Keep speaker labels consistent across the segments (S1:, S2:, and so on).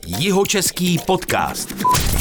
S1: Jihočeský podcast.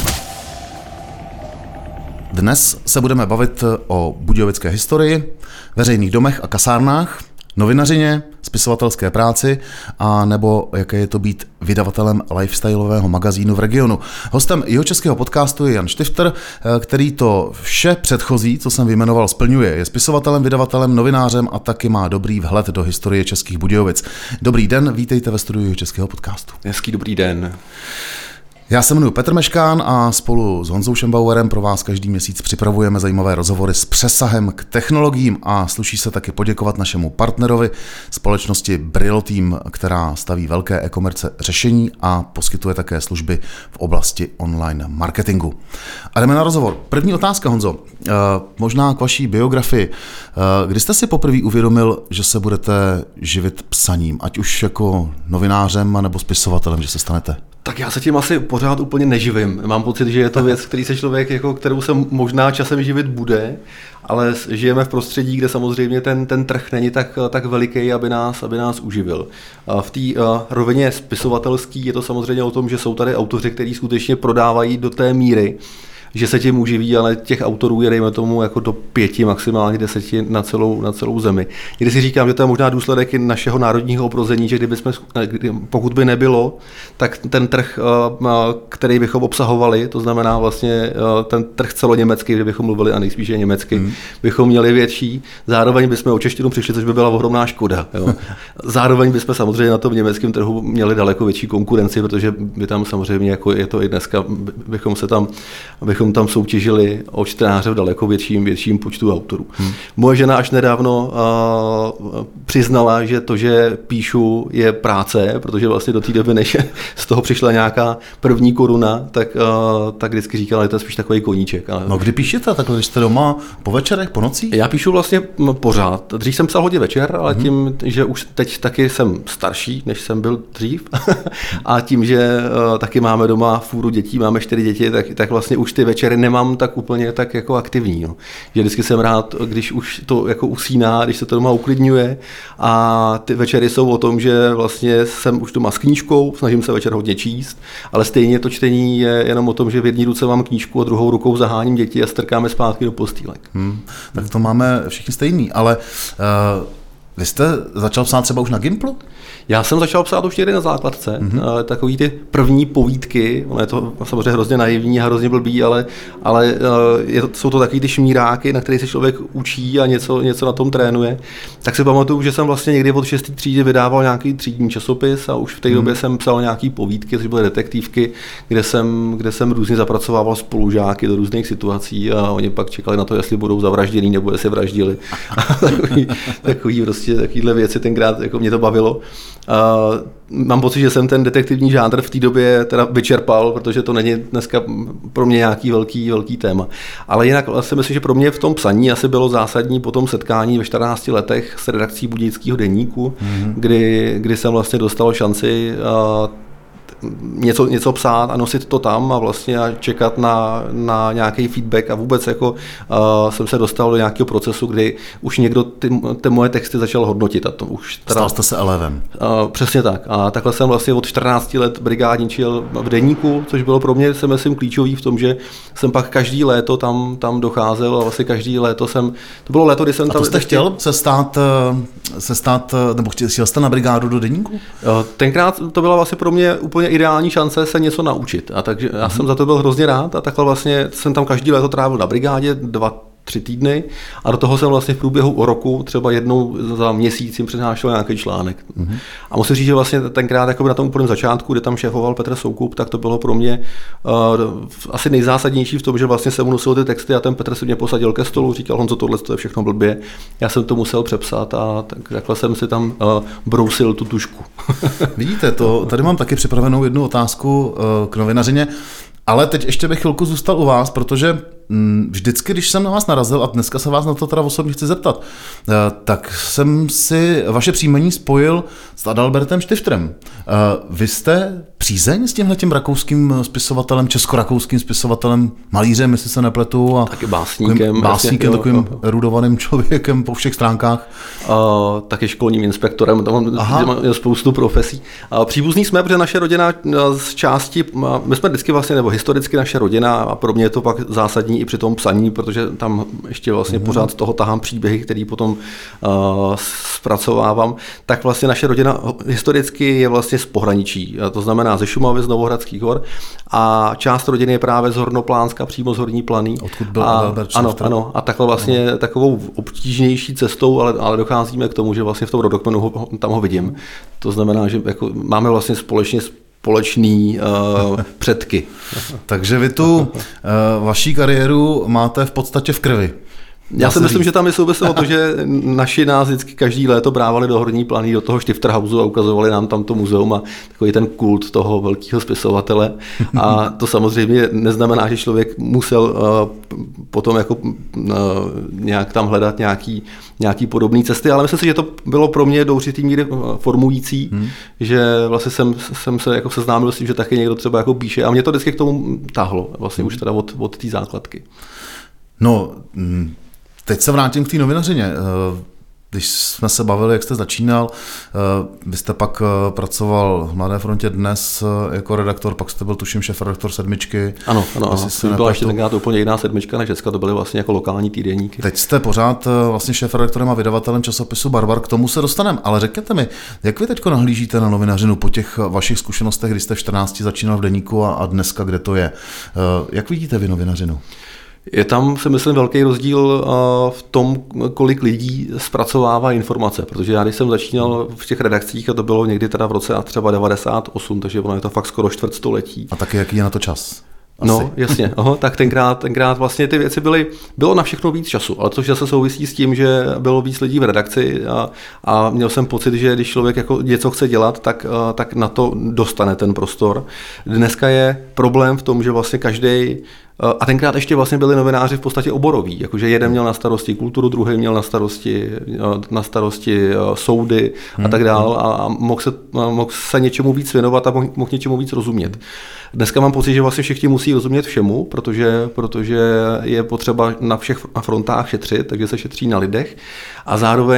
S2: Dnes se budeme bavit o budějovické historii, veřejných domech a kasárnách, novinařině, spisovatelské práci a nebo jaké je to být vydavatelem lifestyleového magazínu v regionu. Hostem jihočeského podcastu je Jan Štifter, který to vše předchozí, co jsem vyjmenoval, splňuje. Je spisovatelem, vydavatelem, novinářem a taky má dobrý vhled do historie Českých Budějovic. Dobrý den, vítejte ve studiu jihočeského podcastu.
S3: Hezký dobrý den.
S2: Já se jmenuji Petr Meškán a spolu s Honzou Šembauerem pro vás každý měsíc připravujeme zajímavé rozhovory s přesahem k technologiím a sluší se taky poděkovat našemu partnerovi, společnosti Brillo Team, která staví velké e-commerce řešení a poskytuje také služby v oblasti online marketingu. A jdeme na rozhovor. První otázka, Honzo, možná k vaší biografii. Kdy jste si poprvé uvědomil, že se budete živit psaním, ať už jako novinářem nebo spisovatelem, že se stanete?
S3: Tak já se tím asi pořád úplně neživím. Mám pocit, že je to věc, který se člověk, kterou se možná časem živit bude, ale žijeme v prostředí, kde samozřejmě ten trh není tak veliký, aby nás uživil. V té rovině spisovatelský je to samozřejmě o tom, že jsou tady autoři, kteří skutečně prodávají do té míry, že se tím uživí, ale těch autorů je, dejme tomu, jako do 5, maximálně 10 na celou zemi. Když si říkám, že to je možná důsledek i našeho národního obrození, že pokud by nebylo, tak ten trh, který bychom obsahovali, to znamená vlastně ten trh celoněmecký, že bychom mluvili a nejspíše německy, bychom měli větší. Zároveň bychom o češtinu přišli, což by byla ohromná škoda. Jo. Zároveň bychom samozřejmě na tom německém trhu měli daleko větší konkurenci, protože by tam samozřejmě, jako je to i dneska, bychom tam soutěžili o čtenáře v daleko větším počtu autorů. Moje žena až nedávno přiznala, že to, že píšu, je práce, protože vlastně do té doby, než z toho přišla nějaká první koruna, tak vždycky říkala, že to je spíš takový koníček.
S2: No kdy píšete takhle, když jste doma po večerech, po nocích?
S3: Já píšu vlastně pořád. Dřív jsem psal hodně večer, ale tím, že už teď taky jsem starší, než jsem byl dřív, a tím, že taky máme doma fůru dětí, máme 4 děti, tak vlastně už ty večery nemám tak úplně tak jako aktivní. No. Že vždycky jsem rád, když už to jako usíná, když se to doma uklidňuje a ty večery jsou o tom, že vlastně jsem už doma s knížkou, snažím se večer hodně číst, ale stejně to čtení je jenom o tom, že v jedné ruce mám knížku a druhou rukou zaháním děti a strkáme zpátky do postýlek.
S2: Tak to máme všichni stejný, ale vy jste začal psát třeba už na Gimplu?
S3: Já jsem začal psát už někdy na základce, takový ty první povídky, ono je to samozřejmě hrozně naivní a hrozně blbý, ale jsou to takový ty šmíráky, na který se člověk učí a něco na tom trénuje. Tak si pamatuju, že jsem vlastně někdy od 6. třídy vydával nějaký třídní časopis a už v té době jsem psal nějaký povídky, což byly detektivky, kde jsem různě zapracovával spolužáky do různých situací a oni pak čekali na to, jestli budou zavražděný nebo jestli vraždili. takový prostě takovýhle věci tenkrát jako mě to bavilo. Mám pocit, že jsem ten detektivní žánr v té době teda vyčerpal, protože to není dneska pro mě nějaký velký téma. Ale jinak si myslím, že pro mě v tom psaní asi bylo zásadní po tom setkání ve 14 letech s redakcí Budějického deníku, kdy jsem vlastně dostal šanci něco psát a nosit to tam a vlastně čekat na nějaký feedback a vůbec jako jsem se dostal do nějakého procesu, kdy už někdo ty moje texty začal hodnotit. A to už
S2: stal jste se elevem.
S3: Přesně tak. A takhle jsem vlastně od 14 let brigádničil v deníku, což bylo pro mě, myslím, klíčový v tom, že jsem pak každý léto tam docházel a vlastně každý léto to bylo léto, kdy jsem tam...
S2: A to jste chtěl se stát, nebo chtěl jste na brigádu do deníku?
S3: Tenkrát to byla vlastně pro mě úplně ideální šance se něco naučit. A takže já jsem za to byl hrozně rád a takhle vlastně jsem tam každý léto trávil na brigádě 2-3 týdny a do toho jsem vlastně v průběhu roku třeba jednou za měsíc jim přinášel nějaký článek. A musím říct, že vlastně tenkrát jako na tom úplném začátku, kde tam šéfoval Petr Soukup, tak to bylo pro mě asi nejzásadnější v tom, že vlastně jsem mu nosil ty texty a ten Petr se mě posadil ke stolu, říkal, Honzo, tohle je všechno blbě. Já jsem to musel přepsat a takhle jsem si tam brousil tu tužku.
S2: Vidíte, tady mám taky připravenou jednu otázku k novinařině, ale teď ještě bych chvilku zůstal u vás, protože vždycky, když jsem na vás narazil, a dneska se vás na to teda osobně chci zeptat, tak jsem si vaše příjmení spojil s Adalbertem Štiftrem. Vy jste přízeň s tímhletím rakouským spisovatelem, česko-rakouským spisovatelem, malířem, jestli se nepletu, a
S3: taky básníkem,
S2: takovým erudovaným člověkem po všech stránkách.
S3: Taky školním inspektorem, tam je spoustu profesí. Příbuzní jsme, protože naše rodina z části, my jsme vždycky vlastně, nebo historicky naše rodina, a pro mě je to pak zásadní i při tom psaní, protože tam ještě vlastně pořád z toho tahám příběhy, který potom zpracovávám, tak vlastně naše rodina historicky je vlastně z pohraničí, to znamená ze Šumavy, z Novohradských hor, a část rodiny je právě z Hornoplánska, přímo z Horní Planý.
S2: Odkud byl Adalbert Štifter?
S3: Ano, a takhle vlastně takovou obtížnější cestou, ale docházíme k tomu, že vlastně v tom rodokmenu tam ho vidím. To znamená, že jako máme vlastně společný předky.
S2: Takže vy tu vaší kariéru máte v podstatě v krvi.
S3: Já si myslím, že tam je souviselo to, že naši nás vždycky každý léto brávali do Horní Planý, do toho Štifterhausu a ukazovali nám tam to muzeum a takový ten kult toho velkého spisovatele. A to samozřejmě neznamená, že člověk musel potom jako nějak tam hledat nějaký podobné cesty, ale myslím si, že to bylo pro mě do určitý míry formující, že vlastně jsem se jako seznámil s tím, že taky někdo třeba jako píše a mě to vždycky k tomu tahlo, vlastně už teda od té základky.
S2: No, teď se vrátím k té novinařině. Když jsme se bavili, jak jste začínal, vy jste pak pracoval v Mladé frontě Dnes jako redaktor, pak jste byl tuším šéfredaktor Sedmičky.
S3: Ano. To byla ještě tenkrát úplně jiná Sedmička než dneska, to byly vlastně jako lokální týdeníky.
S2: Teď jste pořád vlastně šéfredaktorem a vydavatelem časopisu Barbar, k tomu se dostaneme, ale řekněte mi, jak vy teď nahlížíte na novinařinu po těch vašich zkušenostech, kdy jste v 14 začínal v deníku a dneska kde to je? Jak vidíte vy novinařinu?
S3: Je tam, si myslím, velký rozdíl v tom, kolik lidí zpracovává informace, protože já když jsem začínal v těch redakcích, a to bylo někdy teda v roce třeba 98, takže ono je to fakt skoro čtvrtstoletí.
S2: A taky jaký je na to čas? Asi.
S3: No, jasně. Tak tenkrát vlastně ty věci bylo na všechno víc času, ale to zase souvisí s tím, že bylo víc lidí v redakci a měl jsem pocit, že když člověk jako něco chce dělat, tak na to dostane ten prostor. Dneska je problém v tom, že vlastně každý. A tenkrát ještě vlastně byli novináři v podstatě oboroví, jakože jeden měl na starosti kulturu, druhý měl na starosti soudy a tak dále a mohl se něčemu víc věnovat a mohl něčemu víc rozumět. Dneska mám pocit, že vlastně všichni musí rozumět všemu, protože je potřeba na všech frontách šetřit, takže se šetří na lidech a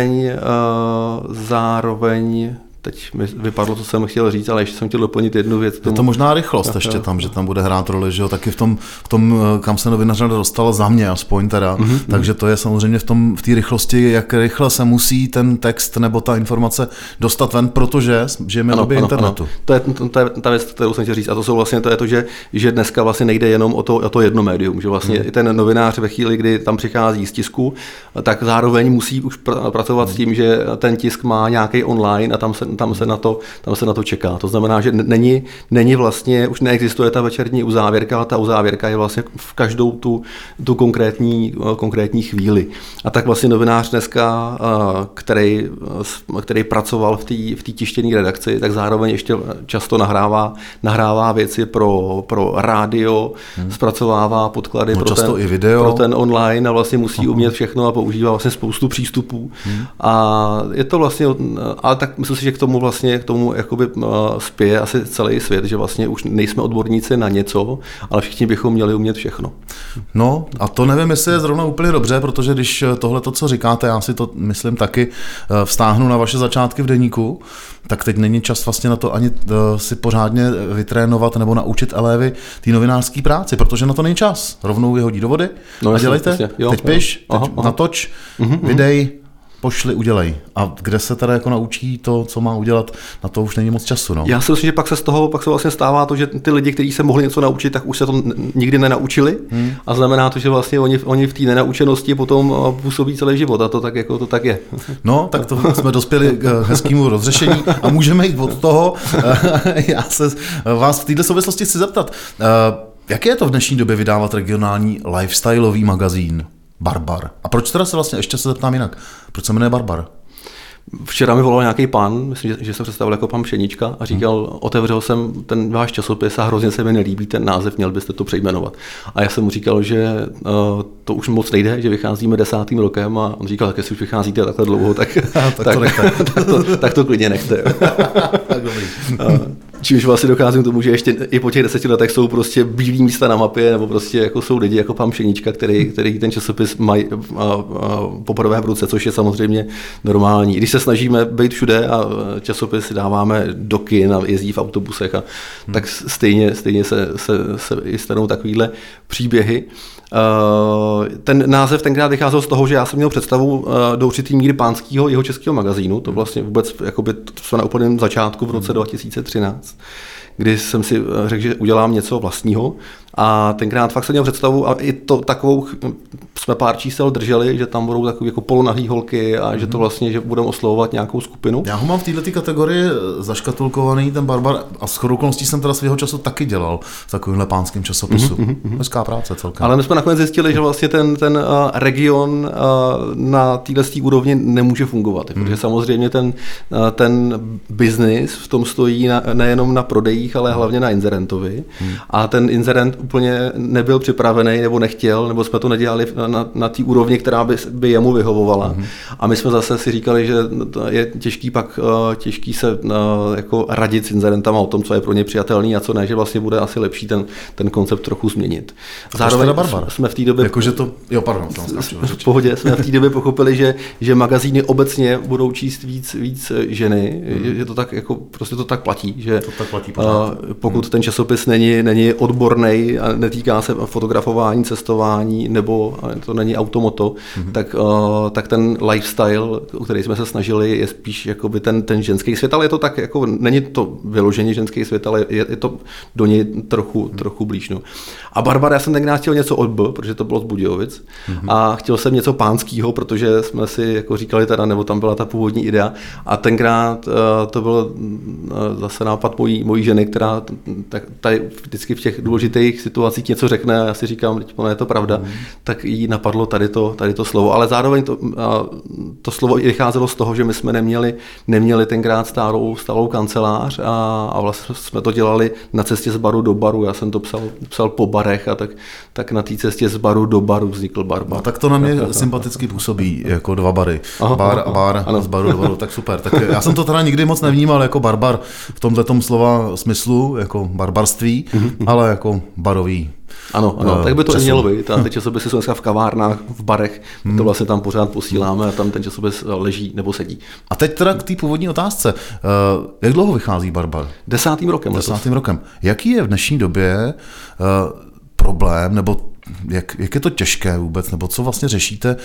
S3: zároveň teď mi vypadlo, co jsem chtěl říct, ale ještě jsem chtěl doplnit jednu věc.
S2: Je to možná rychlost ještě tam, že tam bude hrát roli, že jo, taky v tom, kam se novinařina dostala za mě aspoň teda, takže to je samozřejmě v té rychlosti, jak rychle se musí ten text nebo ta informace dostat ven, protože žijeme v době internetu.
S3: Ano. To je ta věc, kterou jsem chtěl říct, a to je to, že dneska vlastně nejde jenom o to jedno médium, že vlastně i ten novinář ve chvíli, kdy tam přichází z tisku, tak zároveň musí už pracovat s tím, že ten tisk má nějaký online a tam se na to čeká. To znamená, že není vlastně, už neexistuje ta večerní uzávěrka, ale ta uzávěrka je vlastně v každou tu konkrétní chvíli. A tak vlastně novinář dneska, který pracoval v té tištěné redakci, tak zároveň ještě často nahrává věci pro rádio, zpracovává podklady pro ten online a vlastně musí umět všechno a používá vlastně spoustu přístupů. A je to vlastně, ale tak myslím si, že k tomu jakoby spěje asi celý svět, že vlastně už nejsme odborníci na něco, ale všichni bychom měli umět všechno.
S2: No a to nevím, jestli je zrovna úplně dobře, protože když tohleto, co říkáte, já si to myslím taky vztáhnu na vaše začátky v deníku, tak teď není čas vlastně na to ani si pořádně vytrénovat nebo naučit elévy té novinářské práci, protože na to není čas. Rovnou je hodí do vody a dělejte.
S3: Jasně. Jo,
S2: teď piš, teď natoč, vydej, pošli, udělej. A kde se teda jako naučí to, co má udělat, na to už není moc času. No.
S3: Já si myslím, že pak se vlastně stává to, že ty lidi, kteří se mohli něco naučit, tak už se to nikdy nenaučili. A znamená to, že vlastně oni v té nenaučenosti potom působí celý život a to tak je.
S2: No, tak to jsme dospěli k hezkému rozřešení a můžeme jít od toho. Já se vás v této souvislosti chci zeptat, jak je to v dnešní době vydávat regionální lifestyleový magazín Barbar? A proč teda se vlastně, ještě se zeptám jinak, proč se jmenuje Barbar?
S3: Včera mi volal nějaký pán, myslím, že se představil jako pan Pšenička a říkal, otevřel jsem ten váš časopis a hrozně se mi nelíbí ten název, měl byste to přejmenovat. A já jsem mu říkal, že to už moc nejde, že vycházíme 10. rokem a on říkal, tak jestli už vycházíte takhle dlouho, tak to klidně nechte. Čímž vlastně docházím k tomu, že ještě i po těch 10 letech jsou prostě bílý místa na mapě, nebo prostě jako jsou lidi jako pan Pšenička, který ten časopis mají poprvé v ruce, což je samozřejmě normální. Když se snažíme být všude a časopis dáváme do kin a jezdí v autobusech, tak stejně se i stanou takovýhle příběhy. Ten název tenkrát vycházel z toho, že já jsem měl představu do určitý míry pánského jeho českého magazínu, to vlastně vůbec jakoby, to na úplném začátku v roce 2013, kdy jsem si řekl, že udělám něco vlastního a tenkrát fakt jsem měl představu a i to takovou jsme pár čísel drželi, že tam budou takový jako polonahlý holky a že to vlastně, že budeme oslovovat nějakou skupinu.
S2: Já ho mám v této kategorii zaškatulkovaný, ten Barbar, a shodou okolností jsem teda svého času taky dělal v takovýmhle pánském časopisu. Hezká práce celkem.
S3: Ale my jsme nakonec zjistili, že vlastně ten region na této úrovni nemůže fungovat, protože samozřejmě ten biznis v tom stojí nejenom na prodejích, ale hlavně na inzerentovi. A ten inzerent úplně nebyl připravený nebo nechtěl, nebo jsme to nedělali na té úrovni, která by jemu vyhovovala. A my jsme zase si říkali, že je těžký se jako radit s inzerentama o tom, co je pro ně přijatelný a co ne, že vlastně bude asi lepší ten koncept trochu změnit.
S2: Zároveň jsme
S3: v té době v pohodě jsme v té době pochopili, že magazíny obecně budou číst víc ženy, že to tak jako prostě to tak platí, že
S2: to tak platí
S3: pokud ten časopis není odborný a netýká se fotografování, cestování nebo to není automoto, tak ten lifestyle, o který jsme se snažili, je spíš jakoby ten ženský svět, ale je to tak jako není to vyloženě ženský svět, ale je to do něj trochu blíž. No. A Barbar, já jsem tenkrát chtěl něco od B, protože to bylo z Budějovic a chtěl jsem něco pánského, protože jsme si jako říkali teda, nebo tam byla ta původní idea a tenkrát to byl zase nápad mojí ženy, která tady vždycky v těch důležitých situacích něco řekne a já si říkám, ono je to pravda, tak jí napadlo tady to slovo, ale zároveň to slovo i vycházelo z toho, že my jsme neměli tenkrát stálou kancelář a vlastně jsme to dělali na cestě z baru do baru, já jsem to psal po barech a tak na té cestě z baru do baru vznikl Barbar.
S2: No, tak to na mě sympaticky působí, jako dva bary. Bar a bar, z baru do baru, tak super. Tak já jsem to teda nikdy moc nevnímal jako barbar v tomhletom slova smyslu, jako barbarství, ale jako barový.
S3: Ano, tak by to nemělo být. A ty časopisy jsou dneska v kavárnách, v barech, to vlastně tam pořád posíláme a tam ten časopis leží nebo sedí.
S2: A teď teda k té původní otázce. Jak dlouho vychází Barbar?
S3: 10. rokem.
S2: 10. rokem. Jaký je v dnešní době problém, nebo jak je to těžké vůbec, nebo co vlastně řešíte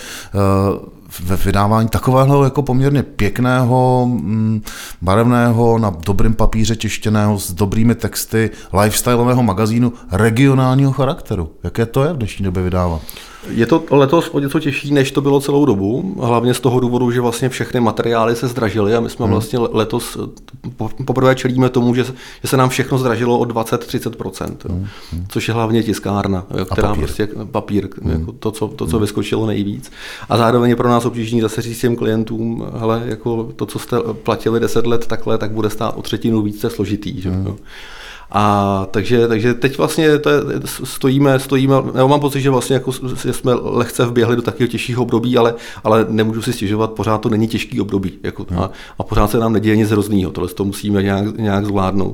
S2: ve vydávání takového jako poměrně pěkného, barevného, na dobrým papíře tištěného, s dobrými texty, lifestyleového magazínu regionálního charakteru? Jaké to je v dnešní době vydávat?
S3: Je to letos o něco těžší, než to bylo celou dobu, hlavně z toho důvodu, že vlastně všechny materiály se zdražily a my jsme vlastně letos poprvé čelíme tomu, že se nám všechno zdražilo o 20-30%, což je hlavně tiskárna, která
S2: papír.
S3: Prostě papír, jako to, co vyskočilo nejvíc. A zároveň je pro nás obtížný zase říct těm klientům, hele, jako to, co jste platili 10 let takhle, tak bude stát o 1/3 víc, to je složitý. Že? A takže teď vlastně stojíme, já mám pocit, že vlastně jako jsme lehce vběhli do takového těžšího období, ale nemůžu si stěžovat, pořád to není těžký období. Jako, a pořád se nám neděje nic hroznýho, tohle to musíme nějak zvládnout.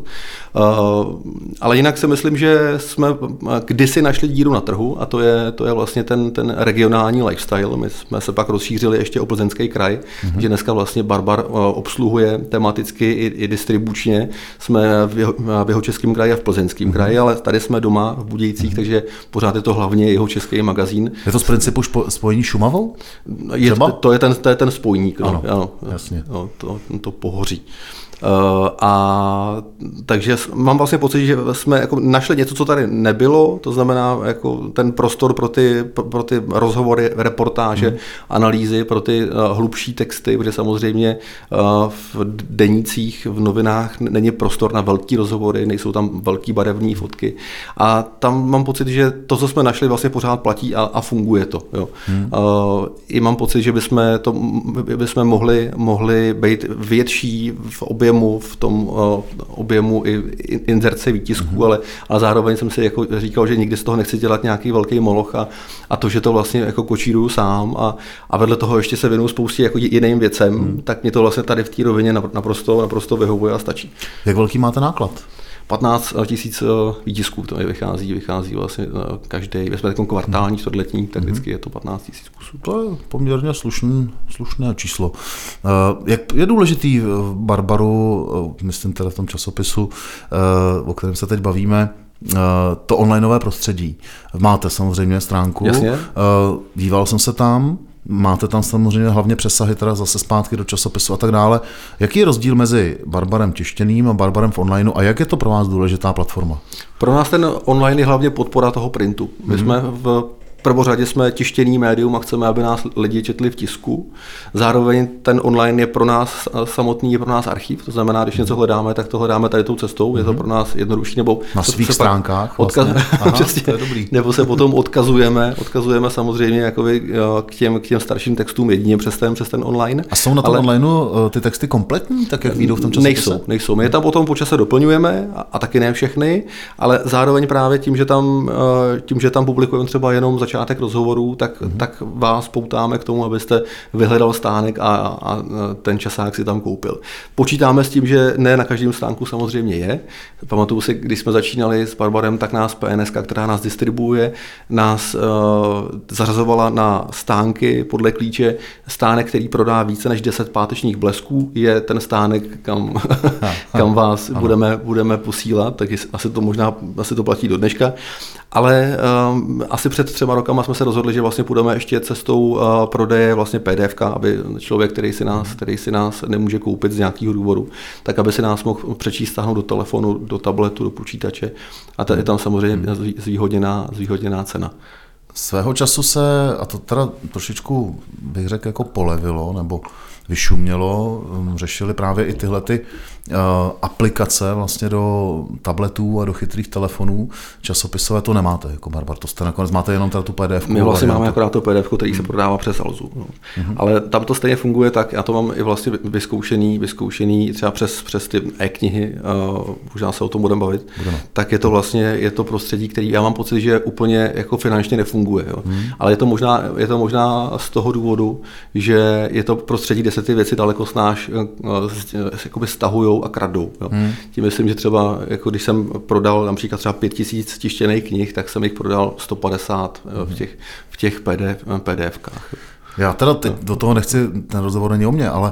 S3: Ale jinak si myslím, že jsme kdysi našli díru na trhu a to je vlastně ten regionální lifestyle. My jsme se pak rozšířili ještě o Plzeňský kraj, že dneska vlastně Barbar obsluhuje tematicky i distribučně. Jsme v Jihočeském kraji a v Plzeňském kraji, ale tady jsme doma v Budějcích, takže pořád je to hlavně Jihočeský magazín.
S2: Je to z principu spojení Šumavou?
S3: To je ten spojník.
S2: Ano, jasně.
S3: To pohoří. A takže mám vlastně pocit, že jsme jako našli něco, co tady nebylo, to znamená jako ten prostor pro ty rozhovory, reportáže, analýzy, pro ty hlubší texty, protože samozřejmě v denících, v novinách není prostor na velký rozhovory, nejsou tam velký barevní fotky. A tam mám pocit, že to, co jsme našli, vlastně pořád platí a funguje to. Jo. I mám pocit, že bychom mohli být větší v tom objemu i inzerce výtisků, ale zároveň jsem si jako říkal, že nikdy z toho nechci dělat nějaký velký moloch a to, že to vlastně jako kočíruju sám a vedle toho ještě se věnuju spoustě jako jiným věcem, tak mě to vlastně tady v té rovině naprosto vyhovuje a stačí.
S2: Jak velký máte náklad?
S3: 15 000 výtisků, to vychází vlastně každý, jsme takový kvartální, čtvrtletní, tak vždycky je to 15 000 kusů.
S2: To je poměrně slušné číslo. Jak je důležitý v Barbaru, myslím teda v tom časopisu, o kterém se teď bavíme, to onlineové prostředí. Máte samozřejmě stránku,
S3: jasně.
S2: Díval jsem se tam, máte tam samozřejmě hlavně přesahy teda zase zpátky do časopisu a tak dále. Jaký je rozdíl mezi Barbarem tištěným a Barbarem v onlineu a jak je to pro vás důležitá platforma?
S3: Pro nás ten online je hlavně podpora toho printu. My jsme v prvořadě jsme tištěný médium a chceme, aby nás lidi četli v tisku. Zároveň ten online je pro nás samotný, je pro nás archiv, to znamená, když něco hledáme, tak to hledáme tady tou cestou, je to pro nás jednodušší, nebo
S2: na svých stránkách vlastně.
S3: Přesně, to je dobrý. Nebo se potom odkazujeme samozřejmě jakoby k těm starším textům jedině přes ten online.
S2: A jsou na tom onlineu ty texty kompletní, tak jak vyjdou v tom časopise?
S3: Nejsou. My je tam potom po čase doplňujeme a taky ne všechny, ale zároveň právě tím, že tam publikujeme třeba jenom začátek rozhovorů, tak vás poutáme k tomu, abyste vyhledal stánek a ten časák si tam koupil. Počítáme s tím, že ne na každém stánku samozřejmě je. Pamatuju si, když jsme začínali s Barbarem, tak nás PNS, která nás distribuuje, nás zařazovala na stánky podle klíče. Stánek, který prodá více než 10 pátečních blesků, je ten stánek, kam vás budeme posílat, tak asi to platí do dneška. Ale asi před 3 rokama jsme se rozhodli, že vlastně půjdeme ještě cestou prodeje vlastně PDFka, aby člověk, který si nás nemůže koupit z nějakého důvodu, tak aby si nás mohl přečíst, stáhnout do telefonu, do tabletu, do počítače. A je tam samozřejmě zvýhodněná cena.
S2: Svého času se, a to teda trošičku bych řekl jako polevilo, nebo vyšumělo, řešili právě i tyhle aplikace vlastně do tabletů a do chytrých telefonů. Časopisové to nemáte jako Barbar, to jste nakonec máte jenom teda tu PDF.
S3: My vlastně máme akorát to PDF, který se prodává přes Alzu. No. Ale tam to stejně funguje tak, já to mám i vlastně vyzkoušený třeba přes ty e-knihy, možná se o tom budeme bavit, tak je to prostředí, který já mám pocit, že úplně jako finančně nefunguje. Jo. Ale je to možná z toho důvodu, že je to prostředí, kde se ty věci daleko snáš stahujou a kradou. Jo. Tím myslím, že třeba, jako když jsem prodal například třeba 5000 tištěných knih, tak jsem jich prodal 150 v těch PDF-kách.
S2: Já teda teď do toho nechci, ten rozhovor není o mě, ale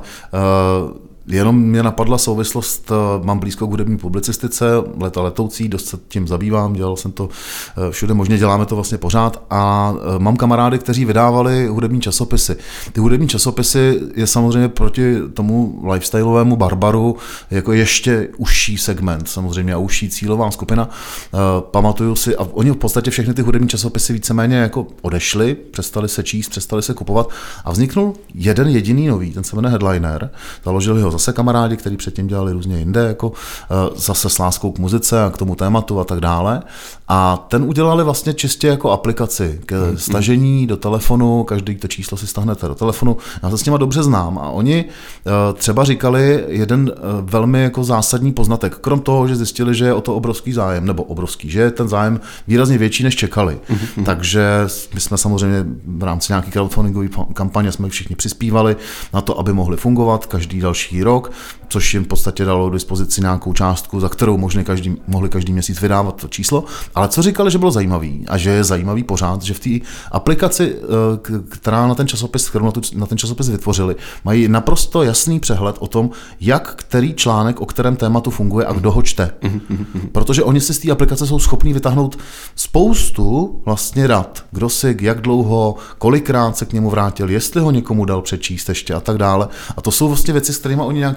S2: jenom mě napadla souvislost, mám blízko k hudební publicistice, Leta letoucí, dost se tím zabývám, dělal jsem to všude možně, děláme to vlastně pořád a mám kamarády, kteří vydávali hudební časopisy. Ty hudební časopisy je samozřejmě proti tomu lifestyleovému Barbaru jako ještě užší segment samozřejmě a užší cílová skupina. Pamatuju si, a oni v podstatě všechny ty hudební časopisy víceméně jako odešli, přestali se číst, přestali se kupovat a vzniknul jeden jediný nový, ten se jmenuje Headliner, založili ho zase kamarádi, kteří předtím dělali různě jinde, jako zase s láskou k muzice a k tomu tématu a tak dále. A ten udělali vlastně čistě jako aplikaci ke stažení do telefonu, každý to číslo si stahnete do telefonu. Já se s těma dobře znám a oni třeba říkali jeden velmi jako zásadní poznatek, krom toho, že zjistili, že je o to obrovský zájem, nebo obrovský, že je ten zájem výrazně větší, než čekali. Takže my jsme samozřejmě v rámci nějaké crowdfundingové kampaně jsme všichni přispívali na to, aby mohli fungovat každý další rok, což jim v podstatě dalo k dispozici nějakou částku, za kterou mohli každý měsíc vydávat to číslo. Ale co říkali, že bylo zajímavý a že je zajímavý pořád, že v té aplikaci, která na ten časopis vytvořili, mají naprosto jasný přehled o tom, jak který článek o kterém tématu funguje a kdo ho čte. Protože oni si z té aplikace jsou schopní vytáhnout spoustu vlastně dat, kdo si, jak dlouho, kolikrát se k němu vrátil, jestli ho někomu dal přečíst ještě a tak dále. A to jsou vlastně věci, s kterými oni nějakým způsobem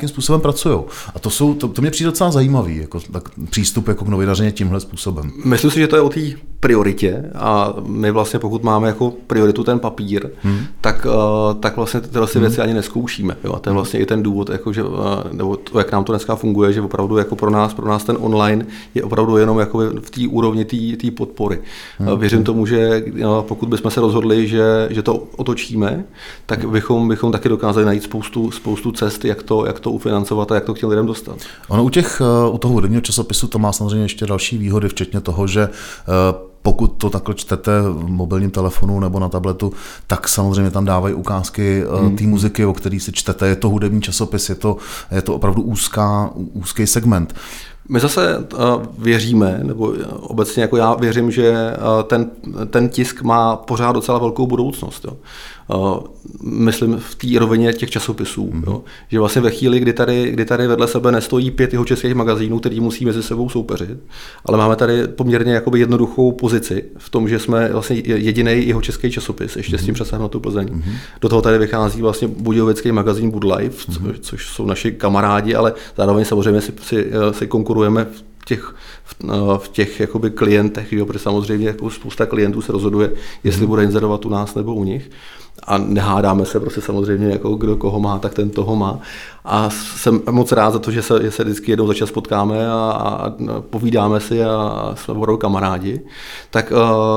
S2: pracují. A to mě přijde docela zajímavý, jako tak přístup jako k novinařině tímhle způsobem.
S3: Myslím si, že to je o té prioritě a my vlastně pokud máme jako prioritu ten papír, tak vlastně tyhle si věci ani nezkoušíme. Jo? A to je vlastně i ten důvod, jako že, nebo to, jak nám to dneska funguje, že opravdu jako pro nás ten online je opravdu jenom jako v té úrovni té podpory. Věřím tomu, že pokud bychom se rozhodli, že to otočíme, tak bychom taky dokázali najít spoustu cest, jak to ufinancovat a jak to k těm lidem dostat.
S2: Ono u toho hudebního časopisu to má samozřejmě ještě další výhody, včetně toho, že pokud to takhle čtete v mobilním telefonu nebo na tabletu, tak samozřejmě tam dávají ukázky té muziky, o který si čtete. Je to hudební časopis, je to opravdu úzký segment.
S3: My zase věříme, nebo obecně jako já věřím, že ten tisk má pořád docela velkou budoucnost. Jo. Myslím v té rovině těch časopisů. Jo. Že vlastně ve chvíli, kdy tady vedle sebe nestojí 5 jihočeských magazínů, který musí mezi sebou soupeřit, ale máme tady poměrně jakoby jednoduchou pozici v tom, že jsme vlastně jediný jihočeský časopis, ještě s tím Přesahem tu Plzeň. Do toho tady vychází vlastně budějovický magazín Bud Life, což jsou naši kamarádi, ale zároveň samozřejmě si konkurujeme v těch jakoby klientech, jo, protože samozřejmě jako spousta klientů se rozhoduje, jestli bude inzerovat u nás nebo u nich. A nehádáme se prostě samozřejmě, jako kdo koho má, tak ten toho má. A jsem moc rád za to, že se vždycky jednou za čas potkáme a povídáme si a jsme opravdu kamarádi. Tak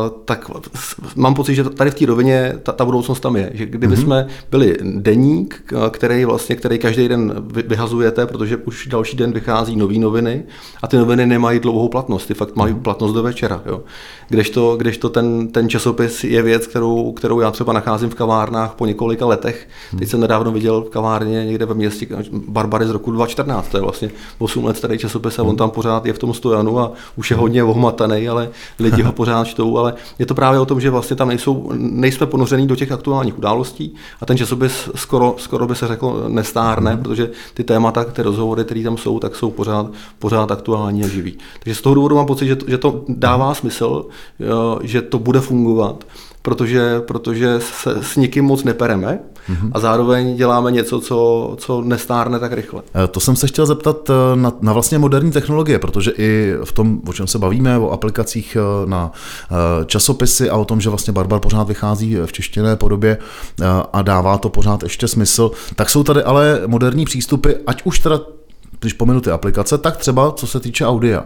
S3: mám pocit, že tady v té rovině ta budoucnost tam je. Že kdyby jsme byli deník, který každý den vyhazujete, protože už další den vychází nový noviny a ty noviny nemají dlouhou platnost, ty fakt mají platnost do večera. Jo. Kdežto ten časopis je věc, kterou já třeba nacházím v kavárnách po několika letech. Teď jsem nedávno viděl v kavárně někde ve městě Barbary z roku 2014, to je vlastně 8 let starý časopis a on tam pořád je v tom stojanu a už je hodně ohmataný, ale lidi ho pořád čtou, ale je to právě o tom, že vlastně tam nejsme ponoření do těch aktuálních událostí a ten časopis skoro by se řeklo nestárne, protože ty témata, ty rozhovory, které tam jsou, tak jsou pořád aktuální a živý. Takže z toho důvodu mám pocit, že to dává smysl, že to bude fungovat, protože se s nikým moc nepereme a zároveň děláme něco, co nestárne tak rychle.
S2: To jsem se chtěl zeptat na vlastně moderní technologie, protože i v tom, o čem se bavíme, o aplikacích na časopisy a o tom, že vlastně Barbar pořád vychází v češtěné podobě a dává to pořád ještě smysl, tak jsou tady ale moderní přístupy, ať už teda když pominu ty aplikace, tak třeba co se týče audia.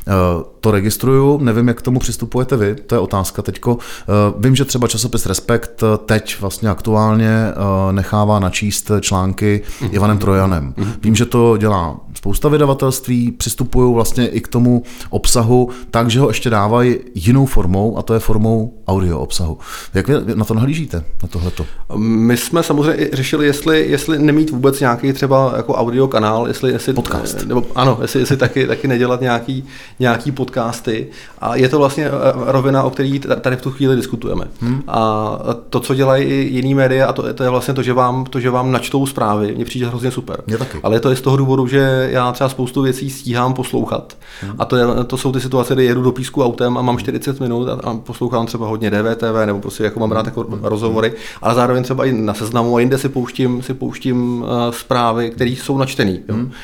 S2: To registruju, nevím, jak k tomu přistupujete vy, to je otázka teďko. Vím, že třeba časopis Respekt teď vlastně aktuálně nechává načíst články Ivanem Trojanem. Vím, že to dělá spousta vydavatelství, přistupují vlastně i k tomu obsahu, takže ho ještě dávají jinou formou, a to je formou audio obsahu. Jak vy na to nahlížíte, na tohleto? My
S3: jsme samozřejmě řešili, jestli nemít vůbec nějaký třeba jako audio kanál, jestli
S2: podcast.
S3: Nebo ano, jestli taky nedělat nějaký podcasty. A je to vlastně rovina, o který tady v tu chvíli diskutujeme. A to, co dělají i jiný média, a to je vlastně to, že vám načtou zprávy, mně přijde hrozně super. Ale je to i z toho důvodu, že já třeba spoustu věcí stíhám poslouchat. A to jsou ty situace, kdy jedu do Písku autem a mám 40 minut a poslouchám třeba hodně DVTV, nebo prostě jako mám rád jako rozhovory, ale zároveň třeba i na Seznamu a jinde si pouštím zprávy, které jsou načtený.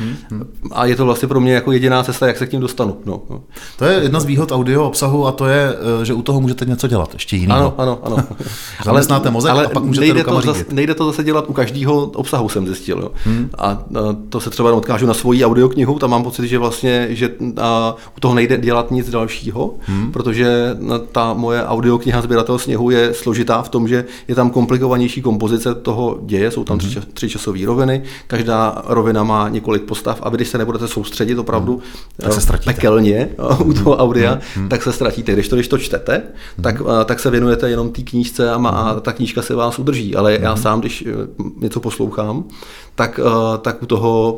S3: A je to vlastně pro mě jako jediná cesta, jak se k tím dostanu. No.
S2: To je jedna z výhod audio obsahu a to je, že u toho můžete něco dělat, ještě jiného.
S3: Ano.
S2: Zaměstnáte mozek a pak můžete rukama řídit.
S3: Nejde to zase dělat u každého obsahu, jsem zjistil. Jo. A to se třeba odkážu na svoji audioknihu, tam mám pocit, že vlastně že u toho nejde dělat nic dalšího, protože ta moje audiokniha Sběratel sněhu je složitá v tom, že je tam komplikovanější kompozice toho děje, jsou tam 3 časové roviny, každá rovina má několik postav a vy, když se nebudete soustředit opravdu pekelně u toho audia, tak se ztratíte. Když to čtete, tak se věnujete jenom té knížce a ta knížka se vás udrží, ale já sám, když něco poslouchám, tak u toho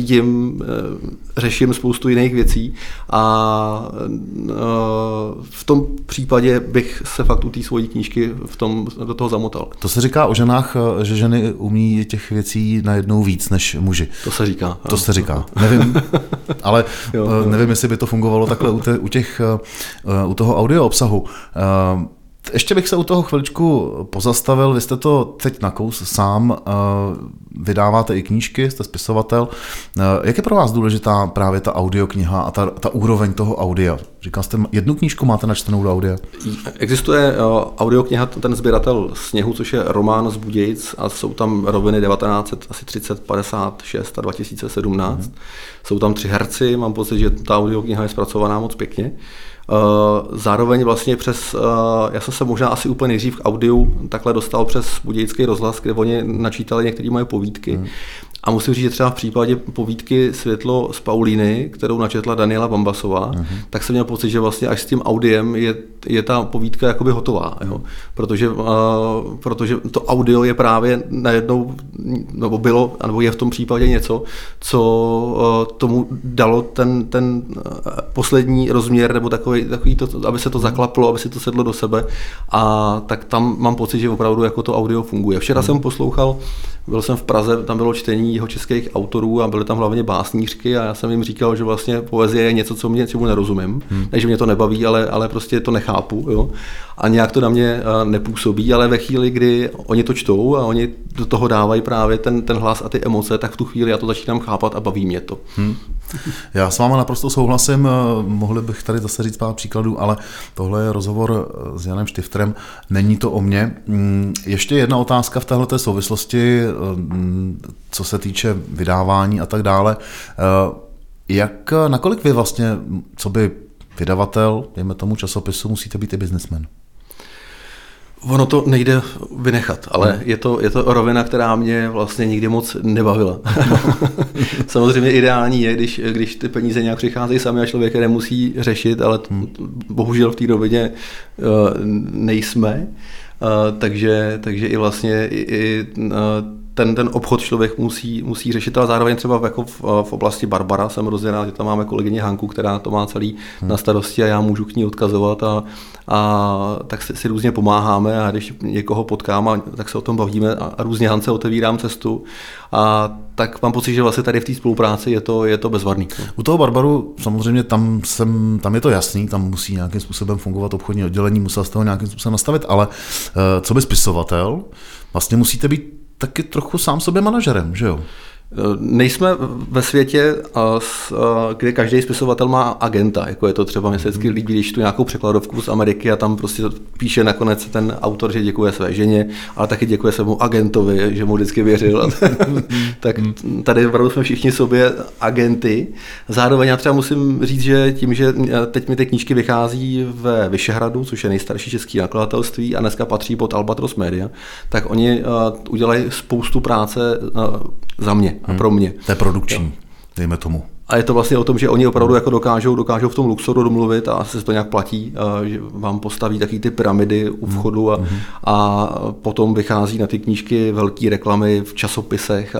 S3: řeším spoustu jiných věcí a v tom případě bych se fakt u té svojí knížky do toho zamotal.
S2: To se říká o ženách, že ženy umí těch věcí najednou víc než muži.
S3: To se říká.
S2: To se říká. Nevím, ale nevím, jestli by to fungovalo takhle u toho audio obsahu. Ještě bych se u toho chviličku pozastavil, vy jste to teď na kous sám, vydáváte i knížky, jste spisovatel. Jak je pro vás důležitá právě ta audiokniha a ta úroveň toho audia? Říkal jste, jednu knížku máte načtenou do audia?
S3: Existuje audiokniha Ten sběratel sněhu, což je román z Budějic a jsou tam roviny 1930, 56 a 2017. Jsou tam 3 herci, mám pocit, že ta audiokniha je zpracovaná moc pěkně. Zároveň vlastně já jsem se možná asi úplně nejdřív k audiu takhle dostal přes Budějický rozhlas, kde oni načítali některé moje povídky. A musím říct, že třeba v případě povídky Světlo z Paulíny, kterou načetla Daniela Bambasová, tak jsem měl pocit, že vlastně až s tím audiem je ta povídka jakoby hotová. Jo? Protože to audio je právě najednou, nebo bylo, nebo je v tom případě něco, co tomu dalo ten poslední rozměr, nebo takový to, aby se to zaklaplo, aby si to sedlo do sebe. A tak tam mám pocit, že opravdu jako to audio funguje. Včera jsem poslouchal, byl jsem v Praze, tam bylo čtení jeho českých autorů a byly tam hlavně básnířky a já jsem jim říkal, že vlastně poezie je něco, čemu nerozumím, takže mě to nebaví, ale prostě to nechápu, jo? A nějak to na mě nepůsobí, ale ve chvíli, kdy oni to čtou a oni do toho dávají právě ten hlas a ty emoce, tak v tu chvíli já to začínám chápat a baví mě to.
S2: Já s váma naprosto souhlasím, mohli bych tady zase říct pár příkladů, ale tohle je rozhovor s Janem Štiftrem, není to o mně. Ještě jedna otázka v téhleté souvislosti, co se týče vydávání a tak dále. Nakolik vy vlastně, co by vydavatel, dejme tomu časopisu, musíte být i businessman?
S3: Ono to nejde vynechat, ale je to rovina, která mě vlastně nikdy moc nebavila. Samozřejmě ideální je, když ty peníze nějak přicházejí sami a člověk je nemusí řešit, ale bohužel v té rovině nejsme. Takže i vlastně ten obchod člověk musí řešit, ale zároveň třeba jako v oblasti Barbara jsem hrozně rád, že tam máme kolegyni Hanku, která to má celý na starosti a já můžu k ní odkazovat a tak si různě pomáháme a když někoho potkám, tak se o tom bavíme a různě Hance otevírám cestu a tak mám pocit, že vlastně tady v té spolupráci je to bezvadný.
S2: U toho Barbaru samozřejmě tam je to jasný, tam musí nějakým způsobem fungovat obchodní oddělení, musel z toho nějakým způsobem nastavit, ale co by spisovatel, vlastně musíte být taky trochu sám sobě manažerem, že jo?
S3: Nejsme ve světě, kde každý spisovatel má agenta, jako je to třeba mě se vždycky líbí, když tu nějakou překladovku z Ameriky a tam prostě píše nakonec ten autor, že děkuje své ženě, ale taky děkuje svému agentovi, že mu vždycky věřil. Tak tady opravdu jsme všichni sobě agenty. Zároveň já třeba musím říct, že tím, že teď mi ty knížky vychází ve Vyšehradu, což je nejstarší český nakladatelství a dneska patří pod Albatros Media, tak oni udělají spoustu práce za mě a pro mě.
S2: To je produkční, dejme tomu.
S3: A je to vlastně o tom, že oni opravdu jako dokážou v tom Luxoru domluvit a se to nějak platí, že vám postaví taky ty pyramidy u vchodu a potom vychází na ty knížky velké reklamy v časopisech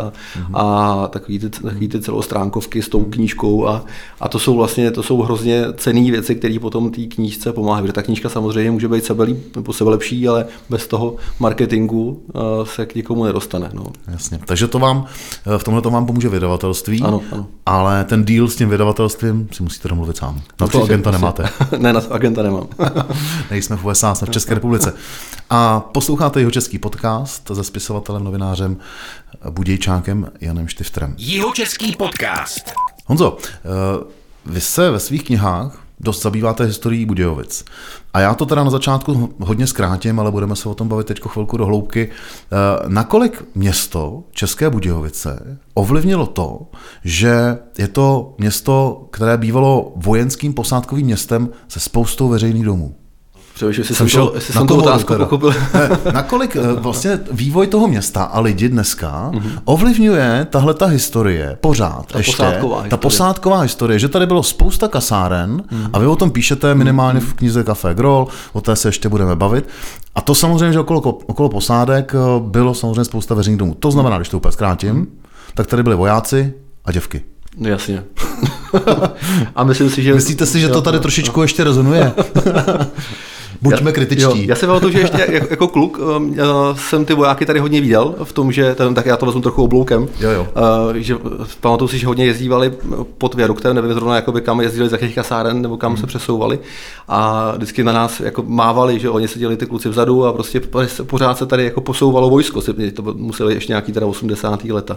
S3: a takový ty celostránkovky s tou knížkou a to jsou hrozně cenné věci, které potom té knížce pomáhají. Protože ta knížka samozřejmě může být sebelepší, ale bez toho marketingu se k nikomu nedostane. No.
S2: Jasně. Takže v tomhle to vám pomůže vydavatelství,
S3: ano.
S2: Ale ten deal s tím vydavatelstvím si musíte domluvit sám. Na to agenta nemáte.
S3: Ne, na to agenta nemám.
S2: Nejsme v USA, jsme v České republice. A posloucháte Jihočeský podcast se spisovatelem, novinářem, budějčákem Janem Štiftrem.
S1: Jihočeský podcast.
S2: Honzo, vy se ve svých knihách dost zabýváte historií Budějovic. A já to teda na začátku hodně zkrátím, ale budeme se o tom bavit teď chvilku do hloubky. Nakolik město České Budějovice ovlivnilo to, že je to město, které bývalo vojenským posádkovým městem se spoustou veřejných domů?
S3: Přemýšlím, jestli jsem tu otázku pochopil.
S2: Nakolik vlastně vývoj toho města a lidi dneska ovlivňuje tahle ta historie pořád ta posádková historie, že tady bylo spousta kasáren a vy o tom píšete minimálně v knize Café Grol, o té se ještě budeme bavit. A to samozřejmě, že okolo posádek bylo samozřejmě spousta veřejných domů. To znamená, když to úplně zkrátím, tak tady byli vojáci a děvky.
S3: No jasně. A myslím si, že...
S2: Myslíte si, že to tady trošičku ještě rezonuje? Buďme kritičtí.
S3: Já si pamatuju, že ještě jako kluk jsem ty vojáky tady hodně viděl v tom, že tak já to vezmu trochu obloukem, že pamatuju si, že hodně jezdívali pod viaduktem, nevím zrovna jakoby kam jezdili z jakých kasáren nebo kam se přesouvali a vždycky na nás jako mávali, že oni seděli ty kluci vzadu a prostě pořád se tady jako posouvalo vojsko, to museli ještě nějaký teda 80. leta.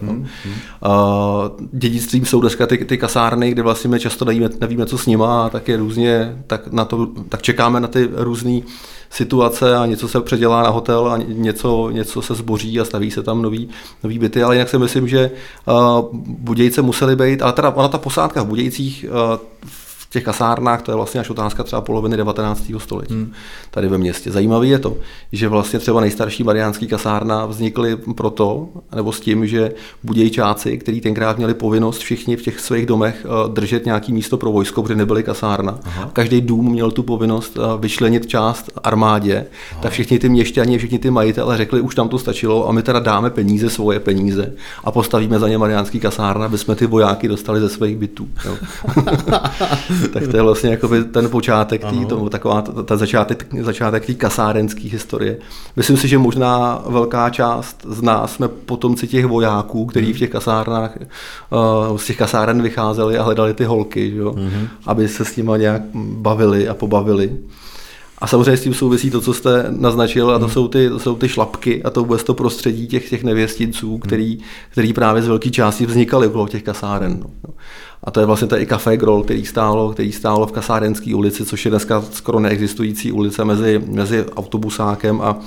S3: Dědictvím jsou dneska ty kasárny, kde vlastně my často nevíme, co s nima a tak je různě, tak čekáme na ty různé situace a něco se předělá na hotel a něco se zboří a staví se tam nový byty, ale jinak si myslím, že Budějce musely být, ale teda ona ta posádka v Budějcích v těch kasárnách, to je vlastně až otázka třeba poloviny 19. století tady ve městě. Zajímavé je to, že vlastně třeba nejstarší mariánský kasárna vznikly proto, nebo s tím, že Budějčáci, kteří tenkrát měli povinnost všichni v těch svých domech držet nějaký místo pro vojsko, protože nebyly kasárna. Aha. Každý dům měl tu povinnost vyčlenit část armádě, tak všichni ty měšťani, všichni ty majitele řekli, už tam to stačilo a my teda dáme peníze, svoje peníze a postavíme za ně mariánský kasárna, aby jsme ty vojáky dostali ze svých bytů. Tak to je vlastně jakoby ten počátek, ten začátek té kasárenské historie. Myslím si, že možná velká část z nás jsme potomci těch vojáků, kteří v těch kasárnách z těch kasáren vycházeli a hledali ty holky, že jo? Aby se s nimi nějak bavili a pobavili. A samozřejmě s tím souvisí to, co jste naznačil, a to jsou ty šlapky a to vůbec to prostředí těch nevěstinců, který právě z velké části vznikaly okolo těch kasáren. No. A to je vlastně i Café Groll, který stálo v Kasárenské ulici, což je dneska skoro neexistující ulice mezi autobusákem a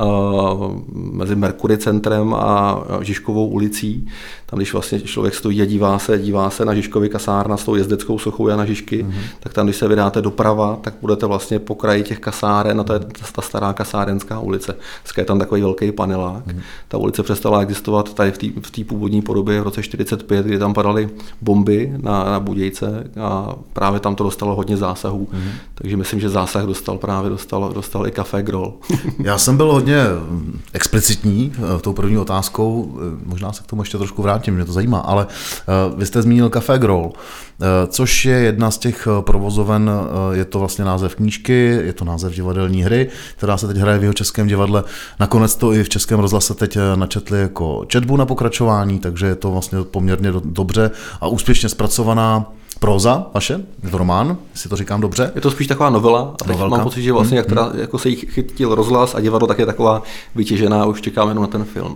S3: mezi Mercury centrem a Žižkovou ulicí. Tam, když vlastně člověk stojí a dívá se na Žižkovy kasárna s tou jezdeckou sochou Jana Žižky, tak tam, když se vydáte doprava, tak budete vlastně po kraji těch kasáren a to je ta stará kasárenská ulice. Dneska je tam takový velký panelák. Ta ulice přestala existovat tady v té původní podobě v roce 1945, kdy tam padaly bomby na Budějce a právě tam to dostalo hodně zásahů. Takže myslím, že zásah dostal i Café Groll.
S2: Já jsem byl hodně explicitní tou první otázkou, možná se k tomu ještě trošku vrátím, mě to zajímá, ale vy jste zmínil Café Groll, což je jedna z těch provozoven, je to vlastně název knížky, je to název divadelní hry, která se teď hraje v Jihočeském divadle. Nakonec to i v Českém rozhlase teď načetli jako četbu na pokračování, takže je to vlastně poměrně dobře a úspěšně zpracovaná próza vaše, je to román, jestli to říkám dobře.
S3: Je to spíš taková novela a teď mám pocit, že vlastně jak teda, jako se jí chytil rozhlas a divadlo, tak je taková vytěžená, už čekáme jenom na ten film.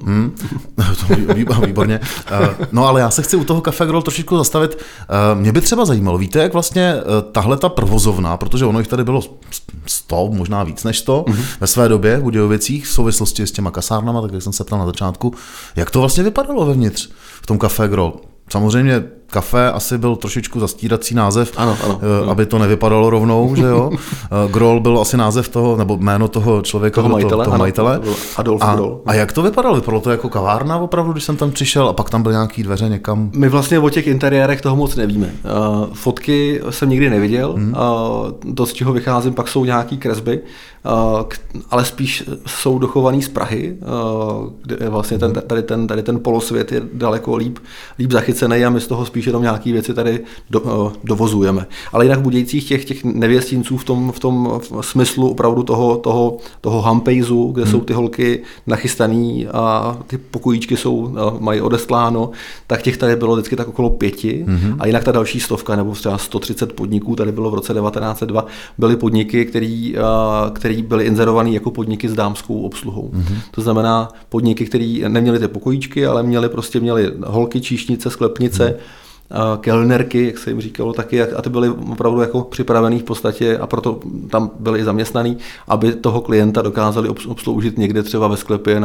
S2: Výborně. No ale já se chci u toho Café Groll trošičku zastavit. Mě by třeba zajímalo, víte, jak vlastně tahle ta provozovna, protože ono jich tady bylo 100, možná víc než 100 ve své době v Budějovicích v souvislosti s těma kasárnama, tak jak jsem se ptal na začátku, jak to vlastně vypadalo vevnitř v tom Café Groll. Samozřejmě kafe asi byl trošičku zastírací název, ano. Aby to nevypadalo rovnou, že jo. Groll byl asi název toho, nebo jméno toho člověka, toho majitele.
S3: Adolf Groll.
S2: A jak to vypadalo? Vypadalo to jako kavárna opravdu, když jsem tam přišel a pak tam byl nějaký dveře někam?
S3: My vlastně o těch interiérech toho moc nevíme. Fotky jsem nikdy neviděl, to, z čeho vycházím, pak jsou nějaký kresby, ale spíš jsou dochovaný z Prahy, kde vlastně tady ten polosvět je daleko líp zachycený a my z toho spíš jenom nějaké věci tady dovozujeme. Ale jinak v Budějcích těch nevěstinců v tom smyslu opravdu toho hampejzu, kde jsou ty holky nachystaný a ty pokojíčky mají odestláno, tak těch tady bylo vždycky tak okolo 5. A jinak ta další 100 nebo třeba 130 podniků, tady bylo v roce 1902, byly podniky, který byly inzerovaný jako podniky s dámskou obsluhou. To znamená podniky, které neměly ty pokojíčky, ale měly holky, číšnice, sklepnice, kelnerky, jak se jim říkalo taky, a ty byly opravdu jako připravený v podstatě a proto tam byli i zaměstnaný, aby toho klienta dokázali obsloužit někde třeba ve sklepě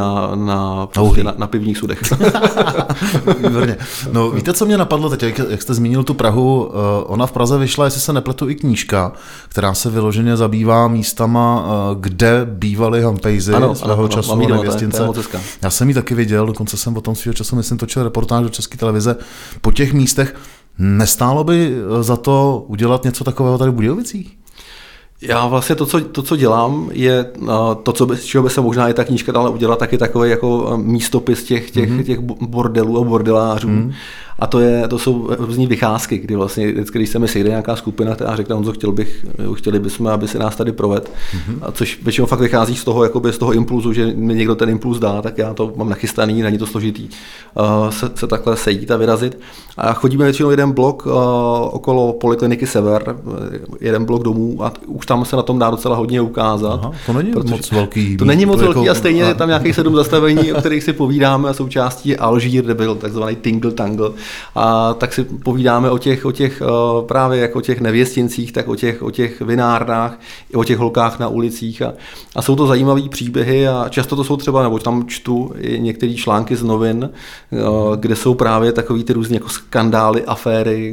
S3: na pivních sudech.
S2: Výborně. No víte, co mě napadlo teď, jak jste zmínil tu Prahu, ona v Praze vyšla, jestli se nepletu, i knížka, která se vyloženě zabývá místama, kde bývaly hampejzy svého času nevěstince. Já jsem ji taky viděl, dokonce jsem o tom svého času, myslím, točil reportáž do České televize po těch místech. Nestálo by za to udělat něco takového tady v Budějovicích?
S3: Já vlastně to, co dělám, je to, z čeho by se možná i ta knížka dala udělat, taky takový jako místopis těch bordelů a bordelářů. A to jsou různý vycházky, kdy vlastně vždycky, když se mi sejde nějaká skupina, která řekne, Honzo, chtěli bychom, aby se nás tady provedl, a což většinou fakt vychází z toho, jakoby z toho impulzu, že mi někdo ten impuls dá, tak já to mám nachystaný, není to složitý se takhle sejít a vyrazit. A chodíme většinou jeden blok okolo Polikliniky Sever, jeden blok domů a už tam se na tom dá docela hodně ukázat.
S2: Aha, to není moc velký.
S3: To není moc velký a stejně je tam nějakých 7 zastavení, o kterých si povídáme, a součástí je Alžír, kde byl takzvaný Tingle Tangle. A tak si povídáme o těch právě jak o těch nevěstincích, tak o těch vinárnách, i o těch holkách na ulicích. A jsou to zajímavé příběhy a často to jsou třeba, nebo tam čtu i některé články z novin, kde jsou právě takový ty různý jako skandály, aféry,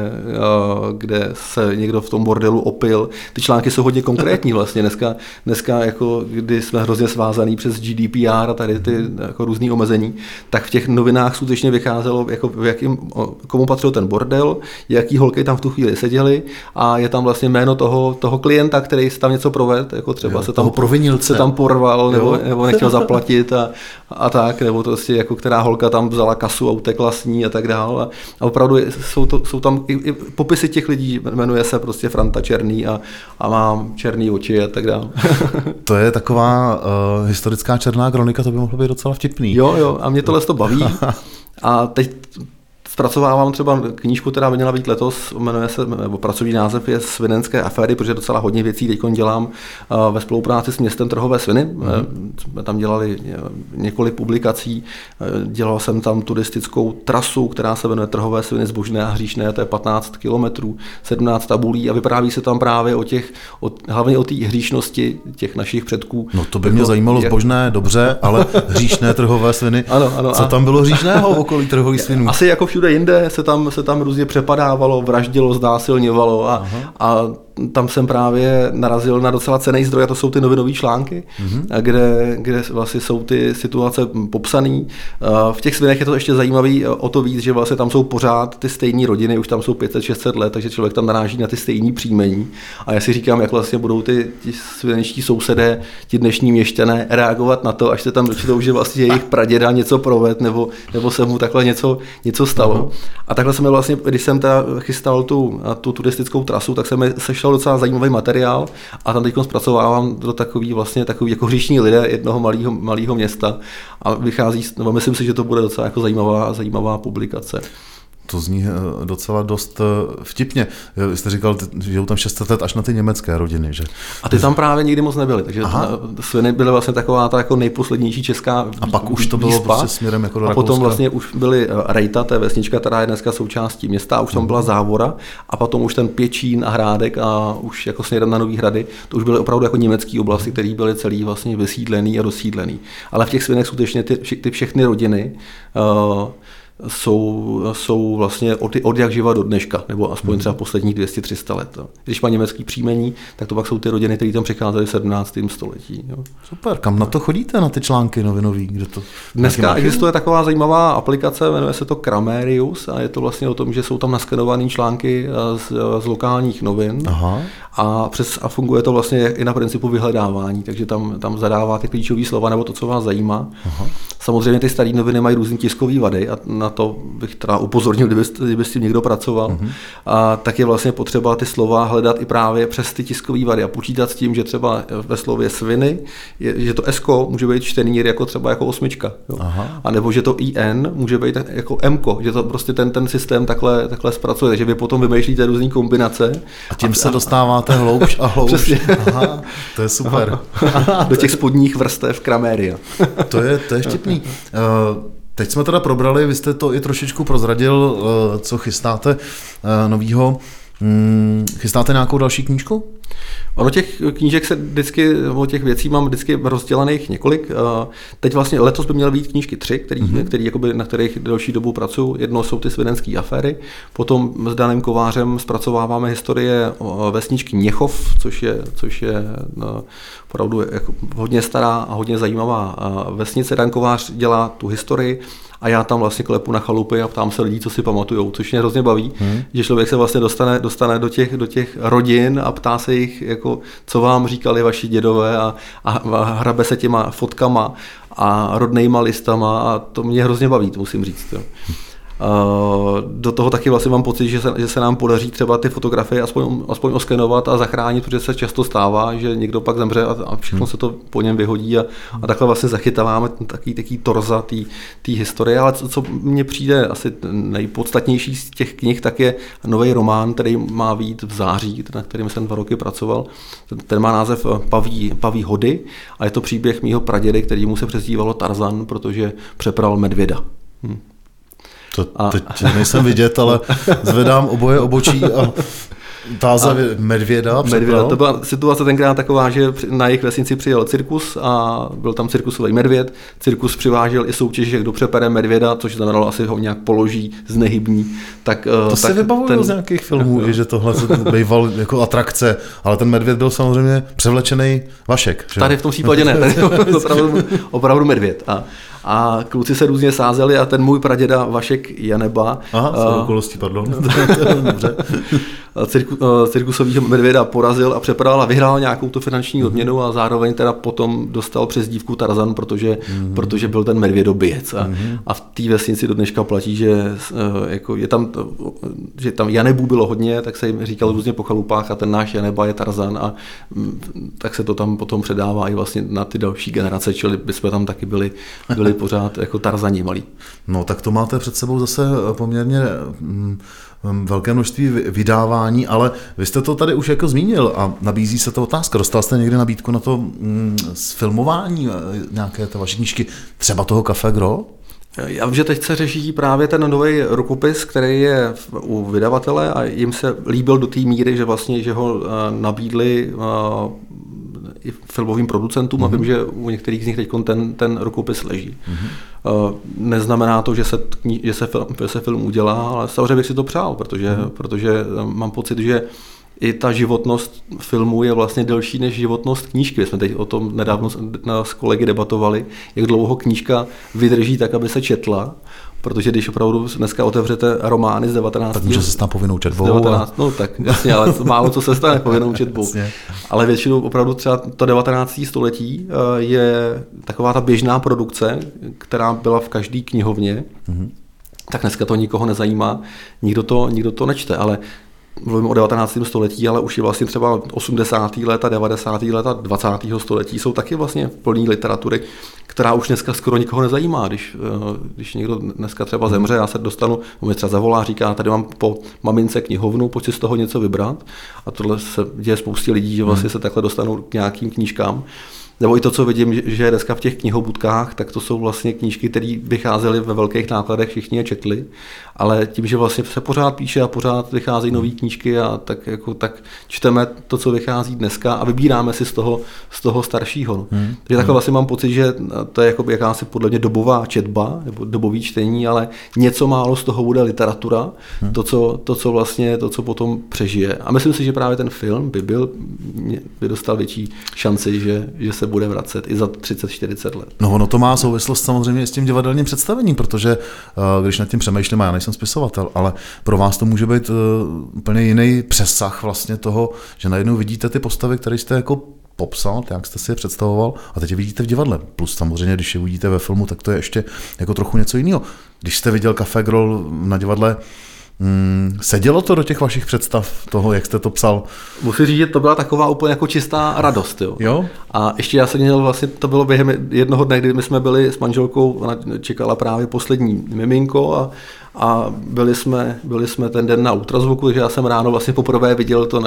S3: kde se někdo v tom bordelu opil. Ty články jsou hodně konkrétní vlastně. Dneska jako, kdy jsme hrozně svázaný přes GDPR a tady ty jako různý omezení, tak v těch novinách skutečně vycházelo, jako komu patřil ten bordel, jaký holky tam v tu chvíli seděly a je tam vlastně jméno toho klienta, který si tam něco provedl, jako třeba se tam porval nebo nechtěl zaplatit a tak, nebo to prostě jako která holka tam vzala kasu a utekla s ní a tak dál. A opravdu jsou tam i popisy těch lidí, jmenuje se prostě Franta Černý a mám černý oči a tak dál.
S2: To je taková historická černá kronika, to by mohlo být docela vtipný.
S3: Jo, a mě tohle to baví. A teď zpracovávám třeba knížku, která by měla být letos, jmenuje se, nebo pracovní název je Svinenské aféry, protože docela hodně věcí teď dělám ve spolupráci s městem Trhové Sviny. Jsme tam dělali několik publikací, dělal jsem tam turistickou trasu, která se jmenuje Trhové Sviny zbožné a hříšné, to je 15 kilometrů, 17 tabulí a vypráví se tam právě hlavně o té hříšnosti těch našich předků.
S2: No to by mě zajímalo, zbožné, dobře, ale hříšné Trhové Sviny.
S3: Ano.
S2: Co tam bylo hříšného v okolí Trhových Svinů?
S3: Asi jako všude jinde se tam různě přepadávalo, vraždilo, znásilňovalo a tam jsem právě narazil na docela cenný zdroj a to jsou ty novinové články, kde vlastně jsou ty situace popsané. V těch Svinech je to ještě zajímavý o to víc, že vlastně tam jsou pořád ty stejné rodiny, už tam jsou 500-600 let, takže člověk tam naráží na ty stejné příjmení. A já si říkám, jak vlastně budou ti svinečtí sousedé, ti dnešní měšťané reagovat na to, až se tam dočtou, že vlastně jejich praděda něco provedl nebo se mu takhle něco stalo. A takhle jsme vlastně, když jsem chystal tu turistickou trasu, tak se mi sešel docela zajímavý materiál a tam teď zpracovávám do takový jako hříšní lidé jednoho malého města a vychází, nebo myslím si, že to bude docela jako zajímavá publikace.
S2: To zní docela dost vtipně. Vy jste říkal, že žijou tam 600 let až na ty německé rodiny, že?
S3: A ty tam právě nikdy moc nebyly, takže Sviny byly vlastně taková ta jako nejposlednější česká
S2: a pak už to bylo prostě směrem jako do
S3: Rakouska. A potom vlastně už byly Rejta, to je vesnička, která je dneska součástí města, a už tam byla Závora a potom už ten Pěčín a Hrádek a už jako směrem na Nový Hrady, to už byly opravdu jako německé oblasti, které byly celý vlastně vysídlený a rozsídlený. Ale v těch Svinech skutečně ty všechny rodiny jsou vlastně od jak živa do dneška, nebo aspoň třeba posledních 200-300 let. Když má německý příjmení, tak to pak jsou ty rodiny, které tam přicházely v 17. století. Jo.
S2: Super, kam na to chodíte, na ty články novinový? Kde to
S3: Dneska existuje taková zajímavá aplikace, jmenuje se to Kramerius a je to vlastně o tom, že jsou tam naskenované články z lokálních novin.
S2: Aha.
S3: A funguje to vlastně i na principu vyhledávání, takže tam zadáváte klíčové slova nebo to, co vás zajímá. Aha. Samozřejmě ty staré noviny mají různý tiskové vady a na to bych teda upozornil, kdyby s tím někdo pracoval. A tak je vlastně potřeba ty slova hledat i právě přes ty tiskové vady a počítat s tím, že třeba ve slově sviny, že to S-ko může být čtený jako třeba jako 8. Jo. A nebo že to IN může být jako M-ko, že to prostě ten systém takhle zpracuje, takže vy potom vymýšlíte různý kombinace.
S2: A tím se dostáváte hloubš a hloubš.
S3: Přesně.
S2: Aha, to je super.
S3: Do těch spodních vrstev Krameria.
S2: To je vtipný. Teď jsme teda probrali, vy jste to i trošičku prozradil, co chystáte novýho. Chystáte nějakou další knížku?
S3: Ono těch knížek se vždycky, těch věcí mám vždycky rozdělaných několik. Teď vlastně letos by měly být knížky 3, na kterých delší dobu pracuji. Jedno jsou ty svinenské aféry, potom s Danem Kovářem zpracováváme historie vesničky Měchov, což je opravdu jako hodně stará a hodně zajímavá vesnice. Dan Kovář dělá tu historii a já tam vlastně klepu na chalupy a ptám se lidí, co si pamatujou, což mě hrozně baví, že člověk se vlastně dostane do těch rodin a ptá se jich, jako, co vám říkali vaši dědové a hrabe se těma fotkama a rodnejma listama a to mě hrozně baví, to musím říct. Jo. Do toho taky vlastně mám pocit, že se nám podaří třeba ty fotografie aspoň oskenovat a zachránit, protože se často stává, že někdo pak zemře a všechno se to po něm vyhodí a takhle vlastně zachytáváme taký torza té historie, ale co mně přijde asi nejpodstatnější z těch knih, tak je nový román, který má vyjít v září, na kterým jsem 2 roky pracoval. Ten má název Paví hody a je to příběh mýho pradědy, který mu se přezdívalo Tarzan, protože přepral medvěda.
S2: Teď nejsem vidět, ale zvedám oboje obočí a táze medvěda.
S3: To byla situace tenkrát taková, že na jejich vesnici přijel cirkus a byl tam cirkusový medvěd. Cirkus přivážel i soutěž, že kdo přepere medvěda, což znamenalo asi ho nějak položí, znehybní.
S2: To si vybavuju z nějakých filmů, že tohle býval jako atrakce, ale ten medvěd byl samozřejmě převlečený Vašek. Že?
S3: Tady v tom případě ne, tady opravdu medvěd. A kluci se různě sázeli a ten můj praděda Vašek Janeba cirkusovýho medvěda porazil a přepral a vyhrál nějakou tu finanční odměnu a zároveň teda potom dostal přezdívku Tarzan, protože byl ten medvědobijec. A v té vesnici do dneška platí, že jako že tam Janebů bylo hodně, tak se jim říkal různě po chalupách a ten náš Janeba je Tarzan a tak se to tam potom předává i vlastně na ty další generace, čili bychom tam taky byli pořád jako Tarzani malí.
S2: No tak to máte před sebou zase poměrně velké množství vydávání, ale vy jste to tady už jako zmínil a nabízí se to otázka. Dostal jste někdy nabídku na to zfilmování nějaké té vaší knížky, třeba toho Café Gros?
S3: Já vím, že teď se řeší právě ten nový rukopis, který je u vydavatele a jim se líbil do té míry, že vlastně, že ho nabídli i filmovým producentům a vím, že u některých z nich teď ten rukopis leží. Neznamená to, že se film udělá, ale samozřejmě bych si to přál, protože mám pocit, že i ta životnost filmu je vlastně delší než životnost knížky. My jsme teď o tom nedávno s kolegy debatovali, jak dlouho knížka vydrží tak, aby se četla, protože když opravdu dneska otevřete romány z 19.
S2: Tak může se stát povinnou četbou.
S3: No tak jasně, ale málo co se stane povinnou četbou. Ale většinou opravdu třeba to 19. století je taková ta běžná produkce, která byla v každé knihovně, tak dneska to nikoho nezajímá, nikdo to nečte, ale mluvím o 19. století, ale už je vlastně třeba 80. léta, 90. léta 20. století jsou taky vlastně plný literatury, která už dneska skoro nikoho nezajímá. Když někdo dneska třeba zemře, já se dostanu, mě třeba zavolá, říká, tady mám po mamince knihovnu, pojď si z toho něco vybrat. A tohle se děje spoustě lidí, že vlastně se takhle dostanou k nějakým knížkám. Nebo i to, co vidím, že dneska v těch knihobudkách, tak to jsou vlastně knížky, které vycházely ve velkých nákladech, všichni je četli, ale tím, že vlastně se pořád píše a pořád vycházejí nové knížky a tak čteme to, co vychází dneska a vybíráme si z toho staršího. Takže takhle vlastně mám pocit, že to je jako jakási podle mě dobová četba nebo dobový čtení, ale něco málo z toho bude literatura, to, co potom přežije. A myslím si, že právě ten film by dostal větší šanci, že se bude vracet i za 30-40 let.
S2: No ono to má souvislost samozřejmě s tím divadelním představením, protože když nad tím přemýšlím, já nejsem spisovatel, ale pro vás to může být úplně jiný přesah vlastně toho, že najednou vidíte ty postavy, které jste jako popsal, jak jste si je představoval a teď je vidíte v divadle. Plus samozřejmě, když je uvidíte ve filmu, tak to je ještě jako trochu něco jiného. Když jste viděl Café Gros na divadle, sedělo to do těch vašich představ toho, jak jste to psal?
S3: Musím říct, že to byla taková úplně jako čistá radost. Jo? A ještě já jsem měl vlastně, to bylo během jednoho dne, kdy my jsme byli s manželkou, ona čekala právě poslední miminko a byli jsme ten den na ultrazvuku, takže já jsem ráno vlastně poprvé viděl to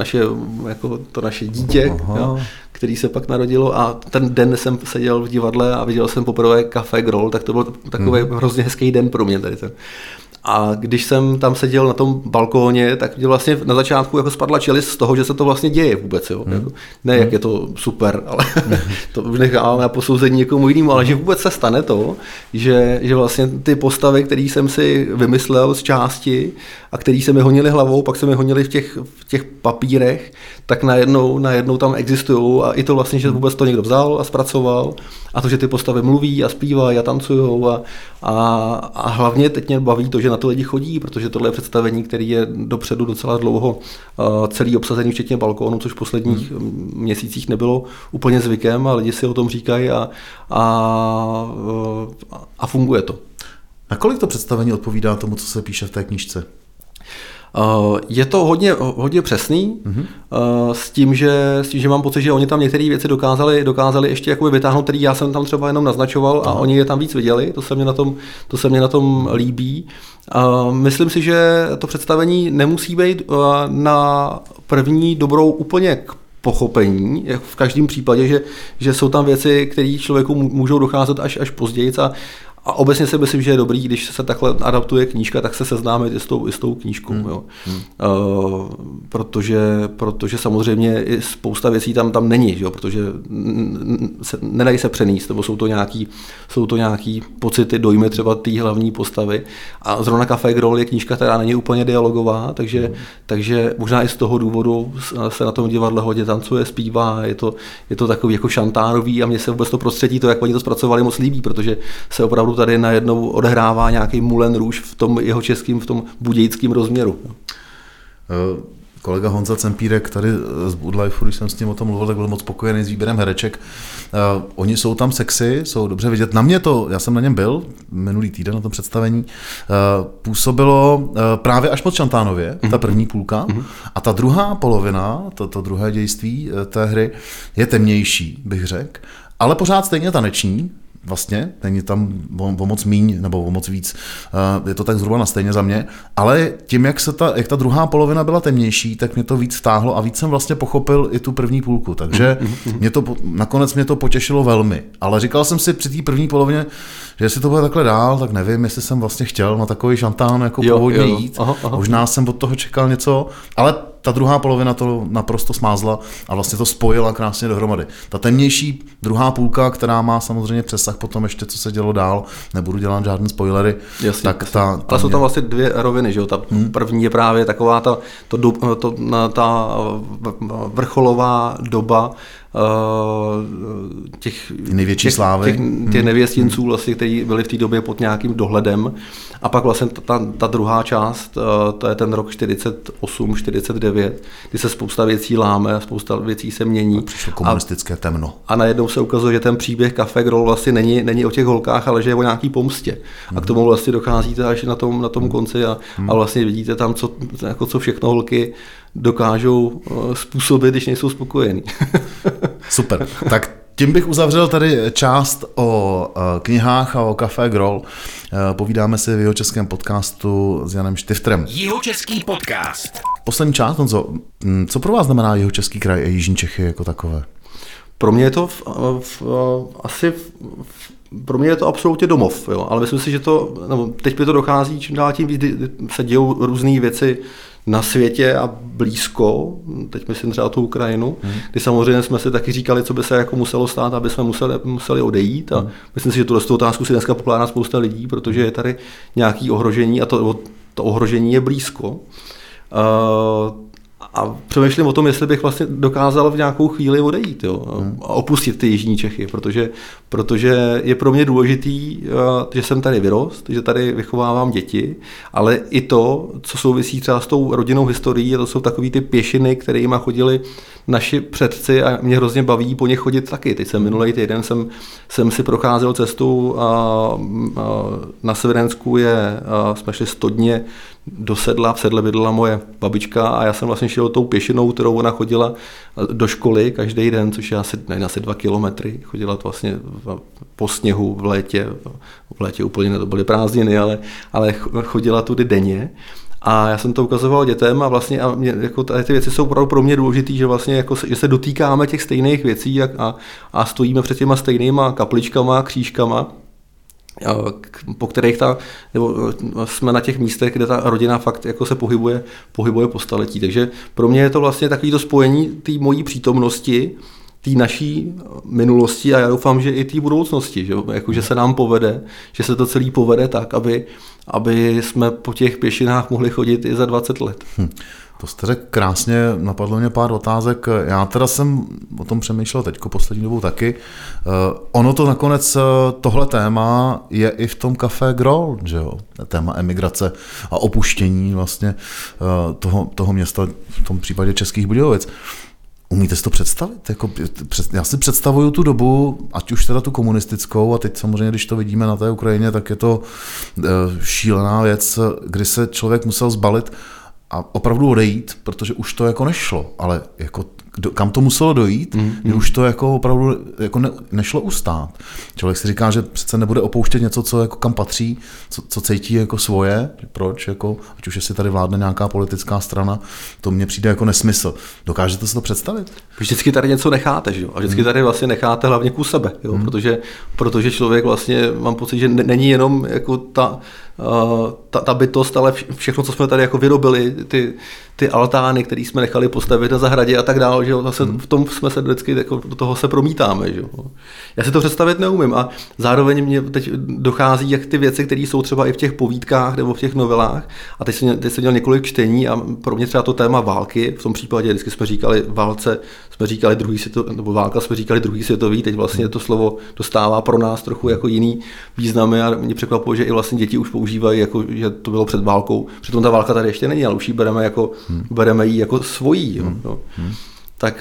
S3: naše dítě, jo, který se pak narodilo a ten den jsem seděl v divadle a viděl jsem poprvé Café Gros, tak to byl takový hrozně hezký den pro mě tady ten. A když jsem tam seděl na tom balkóně, tak mě vlastně na začátku jako spadla čelist z toho, že se to vlastně děje vůbec. Jo? Ne, jak je to super, ale to už necháváme na posouzení někomu jinému, ale že vůbec se stane to, že vlastně ty postavy, které jsem si vymyslel z části a které se mi honily hlavou, pak se mi honily v těch papírech, tak najednou tam existují a i to vlastně, že vůbec to někdo vzal a zpracoval a to, že ty postavy mluví a zpívají a tancujou a hlavně teď mě baví to, že na to lidi chodí, protože tohle je představení, který je dopředu docela dlouho celý obsazený, včetně balkónu, což v posledních měsících nebylo úplně zvykem a lidi si o tom říkají a funguje to.
S2: Nakolik to představení odpovídá tomu, co se píše v té knížce?
S3: Je to hodně přesný, s tím, že mám pocit, že oni tam některé věci dokázali ještě jakoby vytáhnout, který já jsem tam třeba jenom naznačoval a oni je tam víc viděli, to se mě na tom líbí. Myslím si, že to představení nemusí být na první dobrou úplně k pochopení, jak v každém případě, že jsou tam věci, které člověku můžou docházet až později. A obecně si myslím, že je dobrý, když se takhle adaptuje knížka, tak se seznámit i s tou knížkou. Jo. Protože samozřejmě i spousta věcí tam není, jo, protože nedají se přenést, nebo jsou to nějaký pocity, dojmy třeba té hlavní postavy. A zrovna Café Groll je knížka, která není úplně dialogová, takže možná i z toho důvodu se na tom divadle hodně tancuje, zpívá, je to takový jako šantárový a mně se vůbec to prostředí, to, jak oni to zpracovali, moc líbí, protože se opravdu tady najednou odehrává nějaký Moulin Rouge v tom jeho českým, v tom budějickém rozměru.
S2: Kolega Honza Cempírek tady z Woodlifeu, když jsem s ním o tom mluvil, tak byl moc spokojený s výběrem hereček. Oni jsou tam sexy, jsou dobře vidět. Na mě to, já jsem na něm byl minulý týden na tom představení, působilo právě až moc šantánově, ta první půlka. A ta druhá polovina, to druhé dějství té hry je temnější, bych řekl, ale pořád stejně taneční. Vlastně, není tam o moc míň nebo o moc víc, je to tak zhruba na stejně za mě, ale tím, jak ta druhá polovina byla temnější, tak mě to víc vtáhlo a víc jsem vlastně pochopil i tu první půlku, takže nakonec mě to potěšilo velmi, ale říkal jsem si při té první polovině, že jestli to bude takhle dál, tak nevím, jestli jsem vlastně chtěl na takový šantán jako původně jít, možná jsem od toho čekal něco, ale ta druhá polovina to naprosto smázla a vlastně to spojila krásně dohromady. Ta temnější druhá půlka, která má samozřejmě přesah potom ještě, co se dělo dál, nebudu dělat žádné spoilery.
S3: Jasně, tak ta jsou tam vlastně dvě roviny, že jo? Ta první je právě taková ta vrcholová doba těch
S2: největší slávy.
S3: Těch nevěstinců, vlastně, kteří byli v té době pod nějakým dohledem. A pak vlastně ta druhá část, to je ten rok 48, 49, kdy se spousta věcí láme, spousta věcí se mění.
S2: Přišlo komunistické temno.
S3: A najednou se ukazuje, že ten příběh Café Groll vlastně není o těch holkách, ale že je o nějaký pomstě. A k tomu vlastně docházíte až na tom konci a vlastně vidíte tam, co všechno holky dokážou způsobit, když nejsou spokojení.
S2: Super. Tak tím bych uzavřel tady část o knihách a o Café Groll. Povídáme si v Jihočeském podcastu s Janem Štiftrem.
S1: Jihočeský podcast.
S2: Poslední část, Honzo, co pro vás znamená Jihočeský kraj a Jižní Čechy jako takové?
S3: Pro mě je to pro mě je to absolutně domov, jo? Ale myslím si, že teď mi to dochází, čím dál tím se dějou různé věci na světě a blízko, teď myslím třeba tu Ukrajinu, kdy samozřejmě jsme si taky říkali, co by se jako muselo stát, aby jsme museli odejít a myslím si, že tuto otázku si dneska pokládá spousta lidí, protože je tady nějaké ohrožení a to ohrožení je blízko. A přemýšlím o tom, jestli bych vlastně dokázal v nějakou chvíli odejít, jo, a opustit ty jižní Čechy, protože je pro mě důležitý, že jsem tady vyrost, že tady vychovávám děti, ale i to, co souvisí třeba s tou rodinnou historií, to jsou takový ty pěšiny, kterými chodili naši předci a mě hrozně baví po ně chodit taky. Teď jsem minulý týden jsem si procházel cestu na Severensku jsme šli 100 dně do Sedla, v Sedle bydlela moje babička a já jsem vlastně šel tou pěšinou, kterou ona chodila do školy každý den, což je asi 2 kilometry. Chodila vlastně po sněhu v létě úplně to byly prázdniny, ale chodila tudy denně. A já jsem to ukazoval dětem a vlastně jako ty věci jsou pro mě důležité, že vlastně jako, že se dotýkáme těch stejných věcí a stojíme před těma stejnýma kapličkama, křížkama, po kterých nebo jsme na těch místech, kde ta rodina fakt jako se pohybuje po staletí. Takže pro mě je to vlastně takovýto spojení té mojí přítomnosti, té naší minulosti a já doufám, že i té budoucnosti, že? Jako, že se nám povede, že se to celý povede tak, aby jsme po těch pěšinách mohli chodit i za 20 let.
S2: To jste řekl krásně, napadlo mě pár otázek. Já teda jsem o tom přemýšlel teďko poslední dobou taky. Ono to nakonec, tohle téma je i v tom Café Groll, že jo? Téma emigrace a opuštění vlastně toho města, v tom případě Českých Budějovic. Umíte si to představit? Jako, já si představuju tu dobu, ať už teda tu komunistickou, a teď samozřejmě, když to vidíme na té Ukrajině, tak je to šílená věc, kdy se člověk musel zbalit a opravdu odejít, protože už to jako nešlo, ale jako kam to muselo dojít, že už to jako opravdu jako nešlo ustát. Člověk si říká, že přece nebude opouštět něco, co jako kam patří, co cítí jako svoje, proč, jako, ať už jestli tady vládne nějaká politická strana, to mně přijde jako nesmysl. Dokážete si to představit?
S3: Vždycky tady něco necháte, že jo? A vždycky tady vlastně necháte hlavně kus sebe, jo? Protože člověk vlastně, mám pocit, že není jenom jako ta bytost, ale všechno, co jsme tady jako vyrobili, ty altány, které jsme nechali postavit na zahradě a tak dále, že zase v tom jsme se vždycky jako do toho se promítáme. Že? Já si to představit neumím a zároveň mě teď dochází, jak ty věci, které jsou třeba i v těch povídkách nebo v těch novelách, a teď jsem měl několik čtení a pro mě třeba to téma války, v tom případě vždycky jsme říkali válce, jsme říkali nebo válka jsme říkali druhý světový, teď vlastně to slovo dostává pro nás trochu jako jiný významy a mě překvapilo, že i vlastně děti už používají, jako, že to bylo před válkou. Přitom ta válka tady ještě není, ale už ji bereme ji jako svojí. Jo. Tak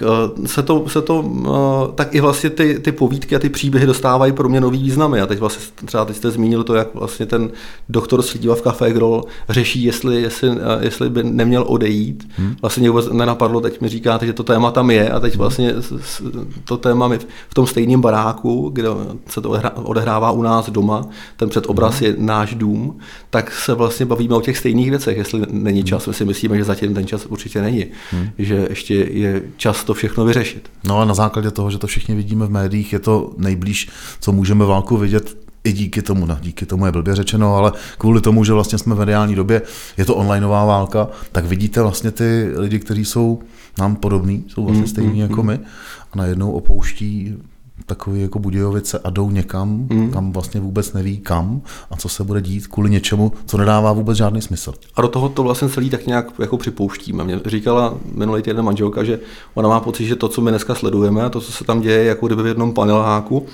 S3: tak i vlastně ty povídky a ty příběhy dostávají pro mě nový významy. A teď jste zmínil to, jak vlastně ten doktor Slíva v Café Groll řeší, jestli by neměl odejít. Vlastně mě vůbec nenapadlo, teď mi říkáte, že to téma tam je a teď vlastně to téma je v tom stejném baráku, kde se to odehrává u nás doma, ten předobraz je náš dům, tak se vlastně bavíme o těch stejných věcech, jestli není čas. My si myslíme, že zatím ten čas určitě není, že ještě je čas to všechno vyřešit.
S2: No a na základě toho, že to všichni vidíme v médiích, je to nejblíž, co můžeme válku vidět i díky tomu je blbě řečeno, ale kvůli tomu, že vlastně jsme v mediální době, je to onlineová válka, tak vidíte vlastně ty lidi, kteří jsou nám podobní, jsou vlastně stejní jako my a najednou opouští takový jako Budějovice a jdou někam, kam vlastně vůbec neví kam a co se bude dít kvůli něčemu, co nedává vůbec žádný smysl.
S3: A do toho to vlastně celý tak nějak jako připouštíme. Mě říkala minulý týden manželka, že ona má pocit, že to, co my dneska sledujeme a to, co se tam děje, jako kdyby v jednom paneláku,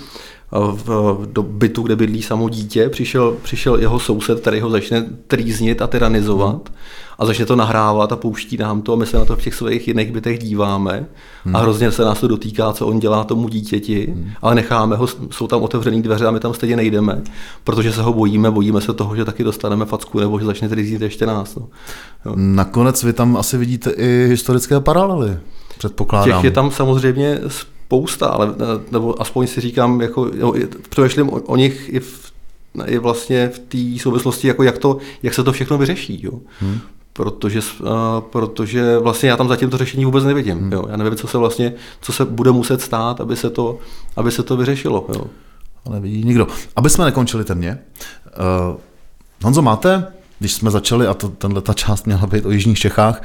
S3: do bytu, kde bydlí samo dítě, přišel jeho soused, který ho začne trýznit a tyranizovat a začne to nahrávat a pouští nám to a my se na to v těch svých jiných bytech díváme a hrozně se nás to dotýká, co on dělá tomu dítěti, ale necháme ho, jsou tam otevřený dveře a my tam stejně nejdeme, protože se ho bojíme se toho, že taky dostaneme facku nebo že začne trýznit ještě nás. No.
S2: Nakonec vy tam asi vidíte i historické paralely, předpokládám.
S3: Těch je tam samozřejmě spousta, ale nebo aspoň si říkám, jako, přemýšlím o nich i vlastně v té souvislosti, jako jak se to všechno vyřeší. Jo? Protože vlastně já tam zatím to řešení vůbec nevidím. Jo? Já nevím, co se bude muset stát, aby se to vyřešilo. Jo?
S2: Ale nevidí nikdo. Aby jsme nekončili temně, Honzo, máte, když jsme začali, a ta část měla být o jižních Čechách,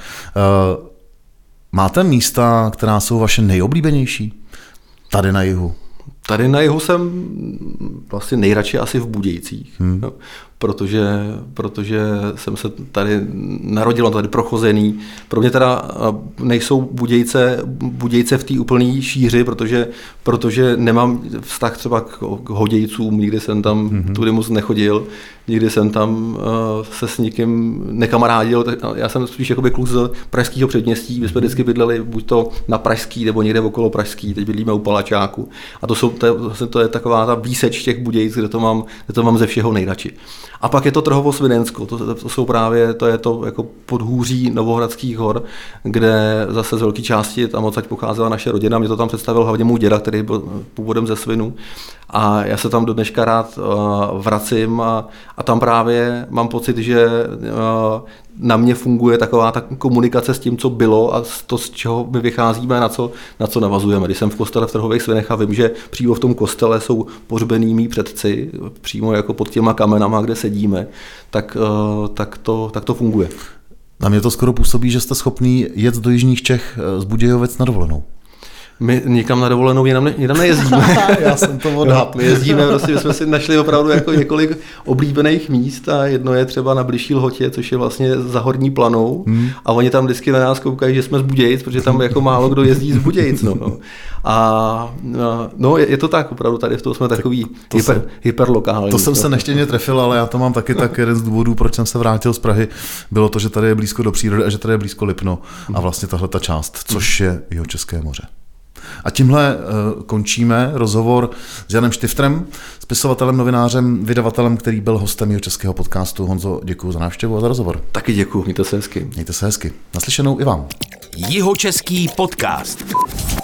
S2: máte místa, která jsou vaše nejoblíbenější? Tady na jihu.
S3: Tady na jihu jsem vlastně nejradši asi v Budějcích, jo, protože jsem se tady narodil, tady prochozený. Pro mě teda nejsou Budějce v té úplné šíři, protože nemám vztah třeba k Hodějcům, nikdy jsem tam tudy moc nechodil, nikdy jsem tam se s nikým nekamarádil, já jsem spíš jakoby kluk z pražského předměstí, my jsme vždycky bydleli buď to na Pražský, nebo někde okolo Pražský, teď bydlíme u Palačáku. A to je taková ta výseč těch Budějc, kde to mám ze všeho nejradši. A pak je to Trhovo-Svinensko, to je to jako podhůří Novohradských hor, kde zase z velké části tam odsaď pocházela naše rodina, mě to tam představil hlavně můj děda, který byl původem ze Svinu. A já se tam do dneška rád vracím a tam právě mám pocit, že na mě funguje taková ta komunikace s tím, co bylo a to, z čeho my vycházíme, na co navazujeme. Když jsem v kostele v Trhových Svinech a vím, že přímo v tom kostele jsou pohřbený mý předci, přímo jako pod těma kamenama, kde sedíme, tak to funguje.
S2: Na mě to skoro působí, že jste schopný jet do jižních Čech z Budějovic na dovolenou.
S3: My nikam na dovolenou jinam nejezdíme.
S2: Já jsem to odhad.
S3: My jezdíme, prostě my jsme si našli opravdu jako několik oblíbených míst a jedno je třeba na Bližší Lhotě, což je vlastně za Horní Planou a oni tam vždycky na nás koukají, že jsme z Budějic, protože tam jako málo kdo jezdí z Budějic. A je to tak, opravdu tady v tom jsme takový hyperlokální.
S2: To jsem se nechtěně trefil, ale já to mám taky tak jeden z důvodů, proč jsem se vrátil z Prahy, bylo to, že tady je blízko do přírody a že tady je blízko Lipno a vlastně tahle ta část, což je Jihočeské moře. A tímhle končíme rozhovor s Janem Štiftrem, spisovatelem, novinářem, vydavatelem, který byl hostem Jihočeského podcastu. Honzo, děkuji za návštěvu a za rozhovor.
S3: Taky děkuji, mějte se hezky.
S2: Mějte se hezky. Naslyšenou i vám.
S1: Jihočeský podcast.